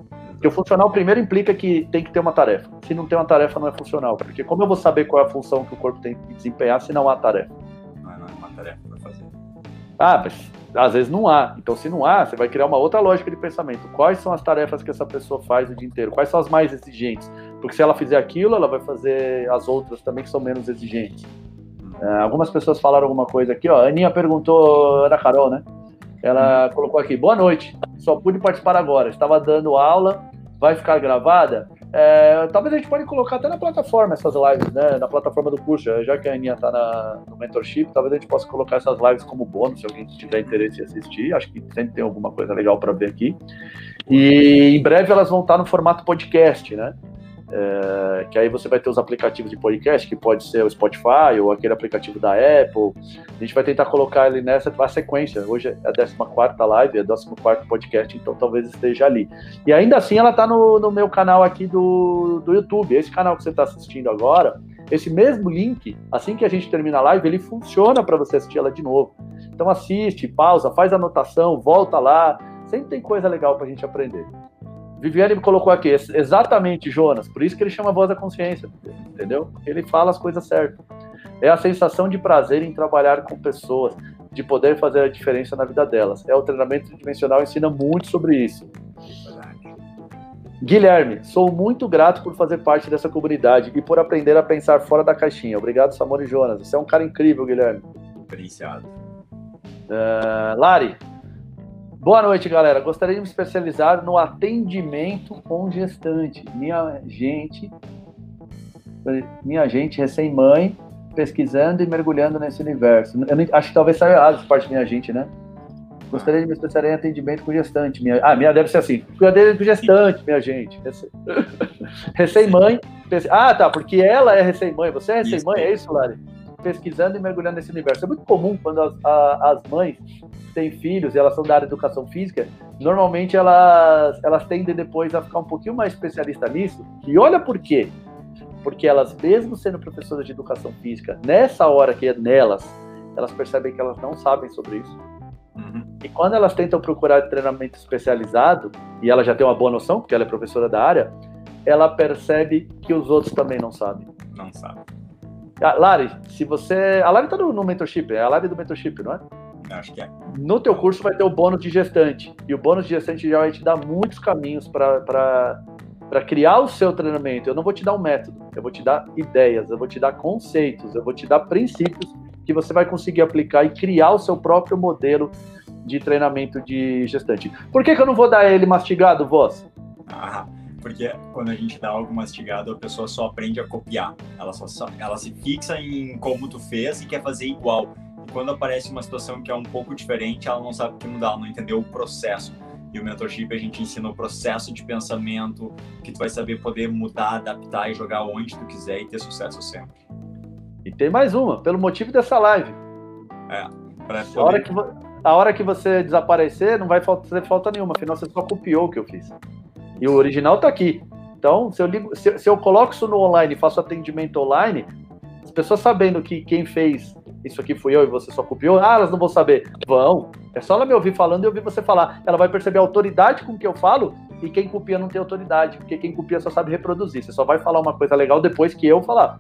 Porque o funcional primeiro implica que tem que ter uma tarefa. Se não tem uma tarefa, não é funcional. Porque como eu vou saber qual é a função que o corpo tem que desempenhar se não há tarefa? Não, não é uma tarefa para fazer. Ah, mas às vezes não há. Então, se não há, você vai criar uma outra lógica de pensamento. Quais são as tarefas que essa pessoa faz o dia inteiro? Quais são as mais exigentes? Porque se ela fizer aquilo, ela vai fazer as outras também que são menos exigentes. Uh, algumas pessoas falaram alguma coisa aqui, ó. A Aninha perguntou, era a Carol, né? Ela colocou aqui, boa noite, só pude participar agora, estava dando aula, vai ficar gravada? É, talvez a gente pode colocar até na plataforma essas lives, né? Na plataforma do curso, já que a Aninha está no mentorship, talvez a gente possa colocar essas lives como bônus, se alguém tiver interesse em assistir, acho que sempre tem alguma coisa legal para ver aqui. E em breve elas vão estar no formato podcast, né? É, que aí você vai ter os aplicativos de podcast, que pode ser o Spotify ou aquele aplicativo da Apple. A gente vai tentar colocar ele nessa a sequência. Hoje é a décima quarta live, é o décimo quarto podcast, então talvez esteja ali. E ainda assim ela está no, no meu canal aqui do, do YouTube. Esse canal que você está assistindo agora, esse mesmo link, assim que a gente termina a live, ele funciona para você assistir ela de novo. Então assiste, pausa, faz anotação, volta lá. Sempre tem coisa legal para a gente aprender. Viviane me colocou aqui, exatamente, Jonas, por isso que ele chama Voz da Consciência, entendeu? Ele fala as coisas certas. É a sensação de prazer em trabalhar com pessoas, de poder fazer a diferença na vida delas. É o treinamento tridimensional, ensina muito sobre isso. Guilherme, sou muito grato por fazer parte dessa comunidade e por aprender a pensar fora da caixinha. Obrigado, Samor e Jonas. Você é um cara incrível, Guilherme. Diferenciado. Uh, Lari, boa noite, galera. Gostaria de me especializar no atendimento com gestante. Minha gente, minha gente recém-mãe, pesquisando e mergulhando nesse universo. Eu não, acho que talvez saia errado essa parte minha gente, né? Gostaria de me especializar em atendimento com gestante. Minha, ah, minha deve ser assim. Cuidador com gestante, minha gente. Recém-mãe. Pes... Ah, tá, porque ela é recém-mãe. Você é recém-mãe, é isso, Lari? Pesquisando e mergulhando nesse universo. É muito comum quando as, a, as mães têm filhos e elas são da área de educação física, normalmente elas, elas tendem depois a ficar um pouquinho mais especialista nisso. E olha por quê. Porque elas, mesmo sendo professoras de educação física, nessa hora que é nelas, elas percebem que elas não sabem sobre isso. Uhum. E quando elas tentam procurar treinamento especializado, e ela já tem uma boa noção, porque ela é professora da área, ela percebe que os outros também não sabem. Não sabem. Ah, Lari, se você... A Lari tá no, no mentorship, é a Lari do mentorship, não é? Acho que é. No teu curso vai ter o bônus de gestante. E o bônus de gestante já vai te dar muitos caminhos para criar o seu treinamento. Eu não vou te dar um método, eu vou te dar ideias, eu vou te dar conceitos, eu vou te dar princípios que você vai conseguir aplicar e criar o seu próprio modelo de treinamento de gestante. Por que que eu não vou dar ele mastigado, Voz? Ah, porque quando a gente dá algo mastigado, a pessoa só aprende a copiar. Ela, só, ela se fixa em como tu fez e quer fazer igual. E quando aparece uma situação que é um pouco diferente, ela não sabe o que mudar, ela não entendeu o processo. E o mentorship a gente ensina o processo de pensamento, que tu vai saber poder mudar, adaptar e jogar onde tu quiser e ter sucesso sempre. E tem mais uma, pelo motivo dessa live. É, pra poder... a, hora que, a hora que você desaparecer, não vai fazer falta nenhuma, afinal você só copiou o que eu fiz. E o original tá aqui. Então, se eu, ligo, se, se eu coloco isso no online e faço atendimento online, as pessoas sabendo que quem fez isso aqui fui eu e você só copiou, ah, elas não vão saber. Vão. É só ela me ouvir falando e ouvir você falar. Ela vai perceber a autoridade com que eu falo e quem copia não tem autoridade, porque quem copia só sabe reproduzir. Você só vai falar uma coisa legal depois que eu falar.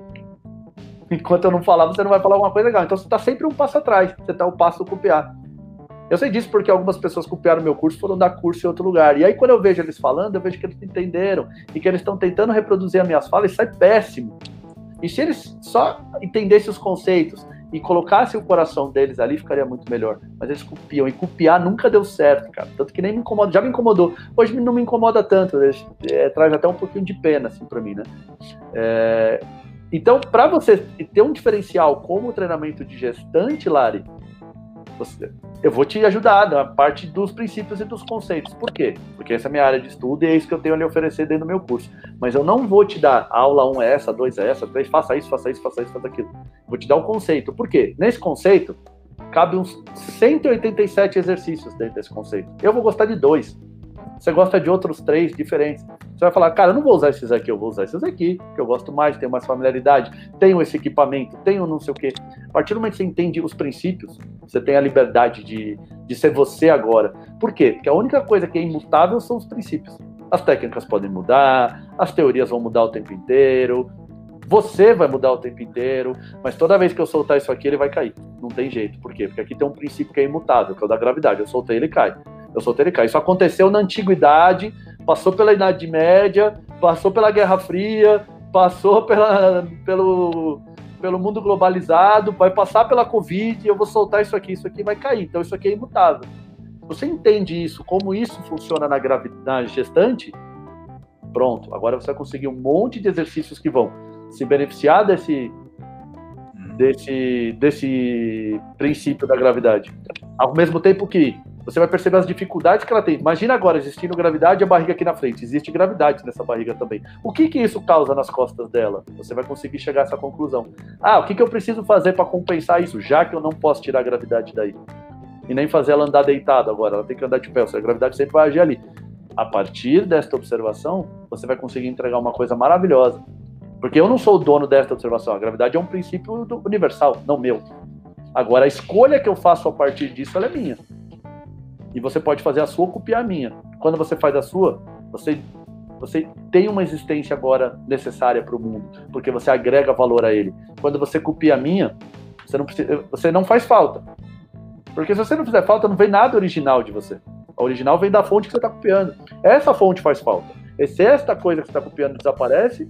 Enquanto eu não falar, você não vai falar alguma coisa legal. Então você está sempre um passo atrás. Você está um passo a copiar. Eu sei disso porque algumas pessoas copiaram meu curso, foram dar curso em outro lugar. E aí quando eu vejo eles falando, eu vejo que eles entenderam e que eles estão tentando reproduzir as minhas falas e sai péssimo. E se eles só entendessem os conceitos e colocassem o coração deles ali, ficaria muito melhor. Mas eles copiam, e copiar nunca deu certo, cara. Tanto que nem me incomoda, já me incomodou. Hoje não me incomoda tanto, é, traz até um pouquinho de pena, assim, pra mim, né? É, então, para você ter um diferencial como o treinamento de gestante, Lari, você, eu vou te ajudar na parte dos princípios e dos conceitos. Por quê? Porque essa é a minha área de estudo e é isso que eu tenho a lhe oferecer dentro do meu curso. Mas eu não vou te dar a aula um é essa, dois é essa, três, faça isso, faça isso, faça isso, faça aquilo. Vou te dar um conceito. Por quê? Nesse conceito, cabe uns cento e oitenta e sete exercícios dentro desse conceito. Eu vou gostar de dois. Você gosta de outros três diferentes. Você vai falar, cara, eu não vou usar esses aqui, eu vou usar esses aqui, que eu gosto mais, tenho mais familiaridade, tenho esse equipamento, tenho não sei o quê. A partir do momento que você entende os princípios, você tem a liberdade de, de ser você agora. Por quê? Porque a única coisa que é imutável são os princípios. As técnicas podem mudar, as teorias vão mudar o tempo inteiro, você vai mudar o tempo inteiro, mas toda vez que eu soltar isso aqui, ele vai cair. Não tem jeito. Por quê? Porque aqui tem um princípio que é imutável, que é o da gravidade. Eu soltei, ele cai. Eu soltei, ele cai. Isso aconteceu na Antiguidade, passou pela Idade Média, passou pela Guerra Fria, passou pela, pelo, pelo mundo globalizado, vai passar pela Covid, eu vou soltar isso aqui, isso aqui vai cair. Então isso aqui é imutável. Você entende isso, como isso funciona na, gravidade, na gestante? Pronto. Agora você vai conseguir um monte de exercícios que vão se beneficiar desse, desse, desse princípio da gravidade. Ao mesmo tempo que você vai perceber as dificuldades que ela tem. Imagina agora, existindo gravidade e a barriga aqui na frente. Existe gravidade nessa barriga também. O que que isso causa nas costas dela? Você vai conseguir chegar a essa conclusão. Ah, o que que eu preciso fazer para compensar isso, já que eu não posso tirar a gravidade daí? E nem fazer ela andar deitada agora, ela tem que andar de pé. A gravidade sempre vai agir ali. A partir desta observação, você vai conseguir entregar uma coisa maravilhosa. Porque eu não sou o dono desta observação. A gravidade é um princípio universal, não meu. Agora, a escolha que eu faço a partir disso, ela é minha. E você pode fazer a sua ou copiar a minha. Quando você faz a sua, você, você tem uma existência agora necessária para o mundo, porque você agrega valor a ele. Quando você copia a minha, você não, precisa, você não faz falta. Porque se você não fizer falta, não vem nada original de você. A original vem da fonte que você está copiando. Essa fonte faz falta. E se esta coisa que você está copiando desaparece,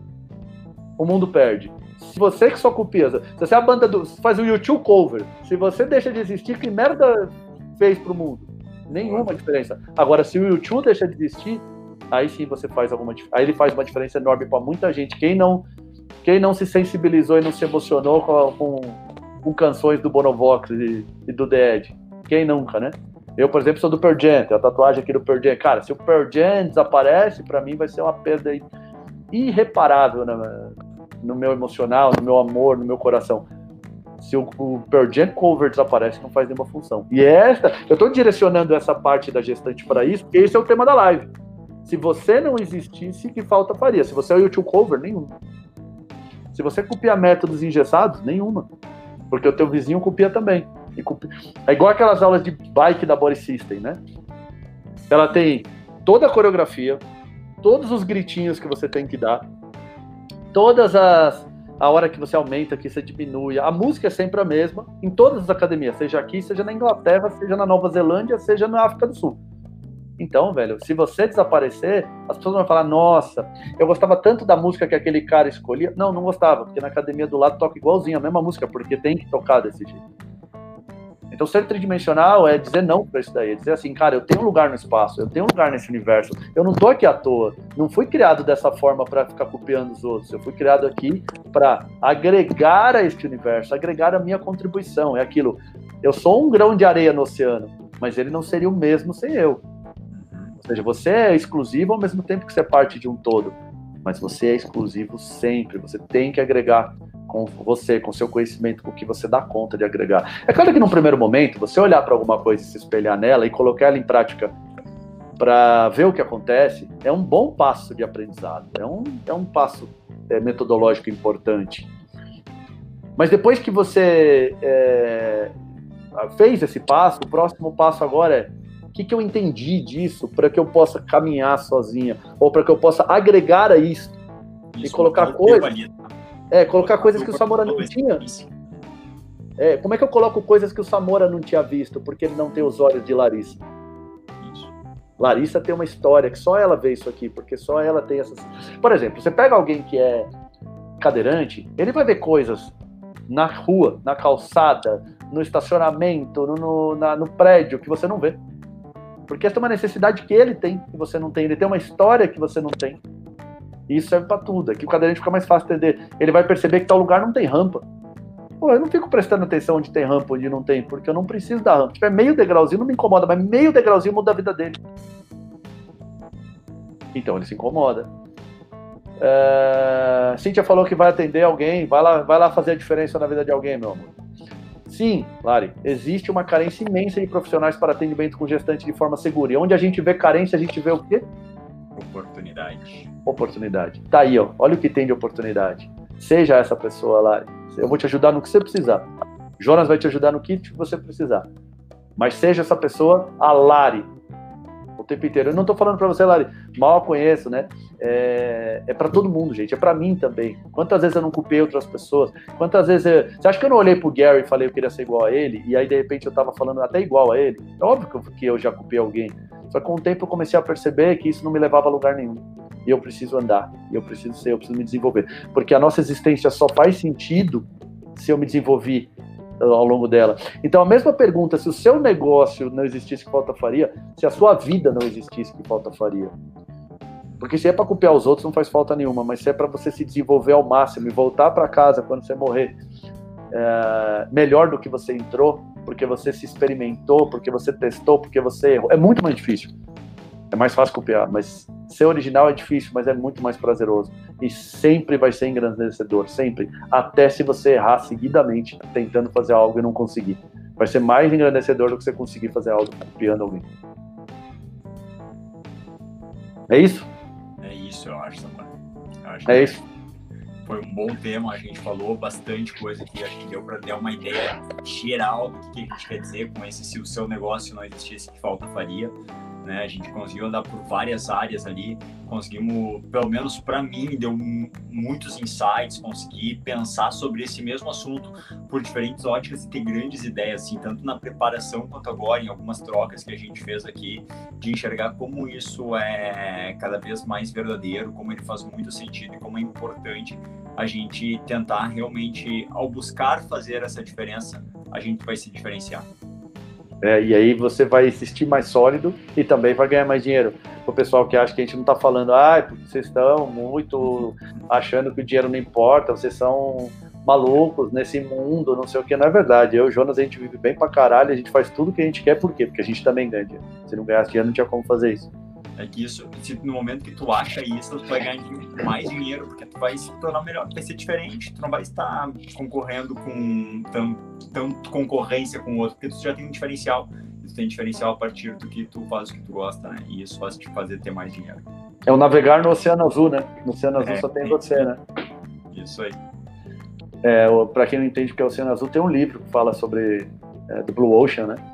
o mundo perde. Se você que só copia, se você é a banda do, faz um YouTube cover, se você deixa de existir, que merda fez pro mundo? Nenhuma diferença. Agora, se o YouTube deixa de existir, aí sim você faz alguma diferença. Aí ele faz uma diferença enorme para muita gente. Quem não, quem não se sensibilizou e não se emocionou com, com, com canções do Bonovox e, e do The Edge? Quem nunca, né? Eu, por exemplo, sou do Pearl Jam, tem a tatuagem aqui do Pearl Jam. Cara, se o Pearl Jam desaparece, para mim vai ser uma perda irreparável, né? No meu emocional, no meu amor, no meu coração. Se o, o Pearl Jam cover desaparece, não faz nenhuma função. E esta, eu estou direcionando essa parte da gestante para isso, porque esse é o tema da live. Se você não existisse, que falta faria? Se você é o YouTube cover, nenhuma. Se você copia métodos engessados, nenhuma. Porque o teu vizinho copia também. E copia. É igual aquelas aulas de bike da Body System, né? Ela tem toda a coreografia, todos os gritinhos que você tem que dar, todas as... a hora que você aumenta, que você diminui. A música é sempre a mesma, em todas as academias, seja aqui, seja na Inglaterra, seja na Nova Zelândia, seja na África do Sul. Então, velho, se você desaparecer, as pessoas vão falar, nossa, eu gostava tanto da música que aquele cara escolhia. Não, não gostava, porque na academia do lado toca igualzinho a mesma música, porque tem que tocar desse jeito. Então, ser tridimensional é dizer não para isso daí, é dizer assim, cara, eu tenho um lugar no espaço, eu tenho um lugar nesse universo, eu não tô aqui à toa, não fui criado dessa forma para ficar copiando os outros, eu fui criado aqui para agregar a este universo, agregar a minha contribuição, é aquilo, eu sou um grão de areia no oceano, mas ele não seria o mesmo sem eu. Ou seja, você é exclusivo ao mesmo tempo que você é parte de um todo, mas você é exclusivo sempre, você tem que agregar com você, com seu conhecimento, com o que você dá conta de agregar. É claro que num primeiro momento, você olhar para alguma coisa e se espelhar nela e colocar ela em prática para ver o que acontece, é um bom passo de aprendizado, é um, é um passo é, metodológico importante. Mas depois que você é, fez esse passo, o próximo passo agora é o que, que eu entendi disso para que eu possa caminhar sozinha, ou para que eu possa agregar a isso, isso e colocar coisas... É, colocar coisas que o Samora não tinha. É, como é que eu coloco coisas que o Samora não tinha visto, porque ele não tem os olhos de Larissa? Larissa tem uma história que só ela vê isso aqui, porque só ela tem essas... Por exemplo, você pega alguém que é cadeirante, ele vai ver coisas na rua, na calçada, no estacionamento, no, no, na, no prédio, que você não vê. Porque essa é uma necessidade que ele tem, que você não tem. Ele tem uma história que você não tem. E isso serve pra tudo. Aqui o cadeirante fica mais fácil entender. Ele vai perceber que tal lugar não tem rampa. Pô, eu não fico prestando atenção onde tem rampa, onde não tem, porque eu não preciso da rampa. Se tiver meio degrauzinho, não me incomoda, mas meio degrauzinho muda a vida dele. Então ele se incomoda. É... Cíntia falou que vai atender alguém, vai lá, vai lá fazer a diferença na vida de alguém, meu amor. Sim, Lari, existe uma carência imensa de profissionais para atendimento com gestante de forma segura. E onde a gente vê carência, a gente vê o quê? Oportunidade. Oportunidade. Tá aí, ó. Olha o que tem de oportunidade. Seja essa pessoa, Lari. Eu vou te ajudar no que você precisar. Jonas vai te ajudar no que você precisar. Mas seja essa pessoa, a Lari. O tempo inteiro. Eu não tô falando para você, Lari, mal conheço, né? É, é para todo mundo, gente. É para mim também. Quantas vezes eu não culpei outras pessoas? Quantas vezes eu... Você acha que eu não olhei pro Gary e falei que eu queria ser igual a ele? E aí, de repente, eu tava falando até igual a ele? É óbvio que eu já culpei alguém. Só que com o tempo eu comecei a perceber que isso não me levava a lugar nenhum. E eu preciso andar. E eu preciso ser, eu preciso me desenvolver. Porque a nossa existência só faz sentido se eu me desenvolvi ao longo dela. Então, a mesma pergunta, se o seu negócio não existisse, que falta faria? Se a sua vida não existisse, que falta faria? Porque se é para copiar os outros, não faz falta nenhuma, mas se é para você se desenvolver ao máximo e voltar para casa quando você morrer é, melhor do que você entrou, porque você se experimentou, porque você testou, porque você errou, é muito mais difícil. É mais fácil copiar, mas ser original é difícil, mas é muito mais prazeroso. E sempre vai ser engrandecedor, sempre. Até se você errar seguidamente tentando fazer algo e não conseguir. Vai ser mais engrandecedor do que você conseguir fazer algo copiando alguém. É isso? É isso, eu acho, Samuel. Eu acho é que isso. Foi um bom tema, a gente falou bastante coisa aqui, acho que deu para ter uma ideia geral do que a gente quer dizer com esse se o seu negócio não existisse, que falta faria. Né? A gente conseguiu andar por várias áreas ali, conseguimos, pelo menos para mim, deu muitos insights, consegui pensar sobre esse mesmo assunto por diferentes óticas e ter grandes ideias, assim, tanto na preparação quanto agora, em algumas trocas que a gente fez aqui, de enxergar como isso é cada vez mais verdadeiro, como ele faz muito sentido e como é importante a gente tentar realmente, ao buscar fazer essa diferença, a gente vai se diferenciar. É, e aí você vai existir mais sólido e também vai ganhar mais dinheiro. O pessoal que acha que a gente não está falando, ah, porque vocês estão muito achando que o dinheiro não importa, vocês são malucos nesse mundo, não sei o que, não é verdade. Eu e o Jonas, a gente vive bem pra caralho, a gente faz tudo o que a gente quer, por quê? Porque a gente também ganha dinheiro. Se não ganhasse dinheiro, não tinha como fazer isso. É que isso, se no momento que tu acha isso, tu vai ganhar mais dinheiro, porque tu vai se tornar melhor, vai ser diferente, tu não vai estar concorrendo com tanto, tanto concorrência com o outro, porque tu já tem um diferencial, tu tem diferencial a partir do que tu faz o que tu gosta, né? E isso faz te fazer ter mais dinheiro. É o navegar no Oceano Azul, né? No Oceano Azul é, só tem é, você, né? Isso aí. É, pra quem não entende o que é o Oceano Azul, tem um livro que fala sobre é, do Blue Ocean, né?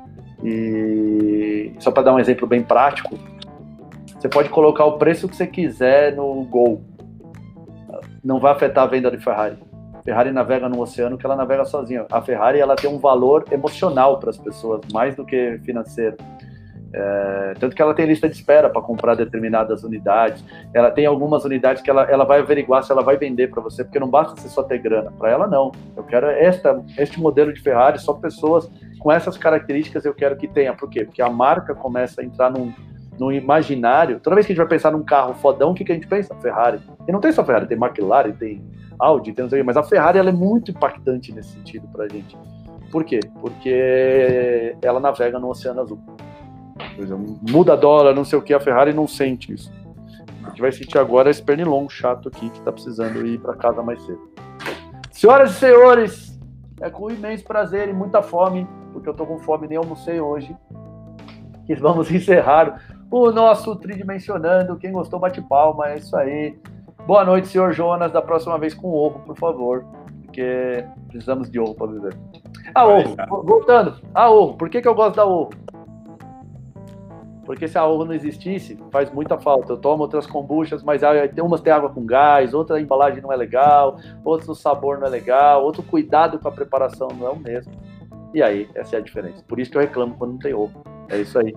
E só para dar um exemplo bem prático, você pode colocar o preço que você quiser no Gol. Não vai afetar a venda de Ferrari. Ferrari navega no oceano que ela navega sozinha. A Ferrari, ela tem um valor emocional para as pessoas, mais do que financeiro. É, tanto que ela tem lista de espera para comprar determinadas unidades. Ela tem algumas unidades que ela, ela vai averiguar se ela vai vender para você, porque não basta você só ter grana. Para ela, não. Eu quero esta, este modelo de Ferrari, só pessoas com essas características eu quero que tenha. Por quê? Porque a marca começa a entrar num no imaginário. Toda vez que a gente vai pensar num carro fodão, o que, que a gente pensa? Ferrari. E não tem só Ferrari, tem McLaren, tem Audi, tem não sei o quê, mas a Ferrari ela é muito impactante nesse sentido pra gente. Por quê? Porque ela navega no Oceano Azul. Por exemplo, muda dólar, não sei o que, a Ferrari não sente isso. A gente vai sentir agora esse pernilongo chato aqui, que tá precisando ir pra casa mais cedo. Senhoras e senhores, é com imenso prazer e muita fome, porque eu tô com fome e nem almocei hoje, que vamos encerrar o nosso Tridimensionando. Quem gostou, bate palma, é isso aí. Boa noite, senhor Jonas, da próxima vez com ovo, por favor, porque precisamos de ovo para viver. Ah, ovo, voltando, ah, ovo, por que que eu gosto da ovo? Porque se a ovo não existisse, faz muita falta. Eu tomo outras kombuchas, mas tem umas tem água com gás, outra a embalagem não é legal, outro o sabor não é legal, outro cuidado com a preparação não é o mesmo. E aí, essa é a diferença. Por isso que eu reclamo quando não tem ovo. É isso aí.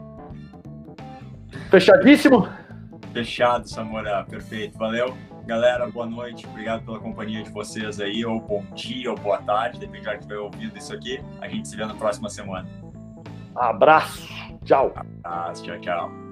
Fechadíssimo? Fechado, Samora. Perfeito. Valeu. Galera, boa noite. Obrigado pela companhia de vocês aí. Ou bom dia, ou boa tarde. Depende de hora que estiver ouvindo isso aqui. A gente se vê na próxima semana. Abraço. Tchau. Abraço. Tchau, tchau.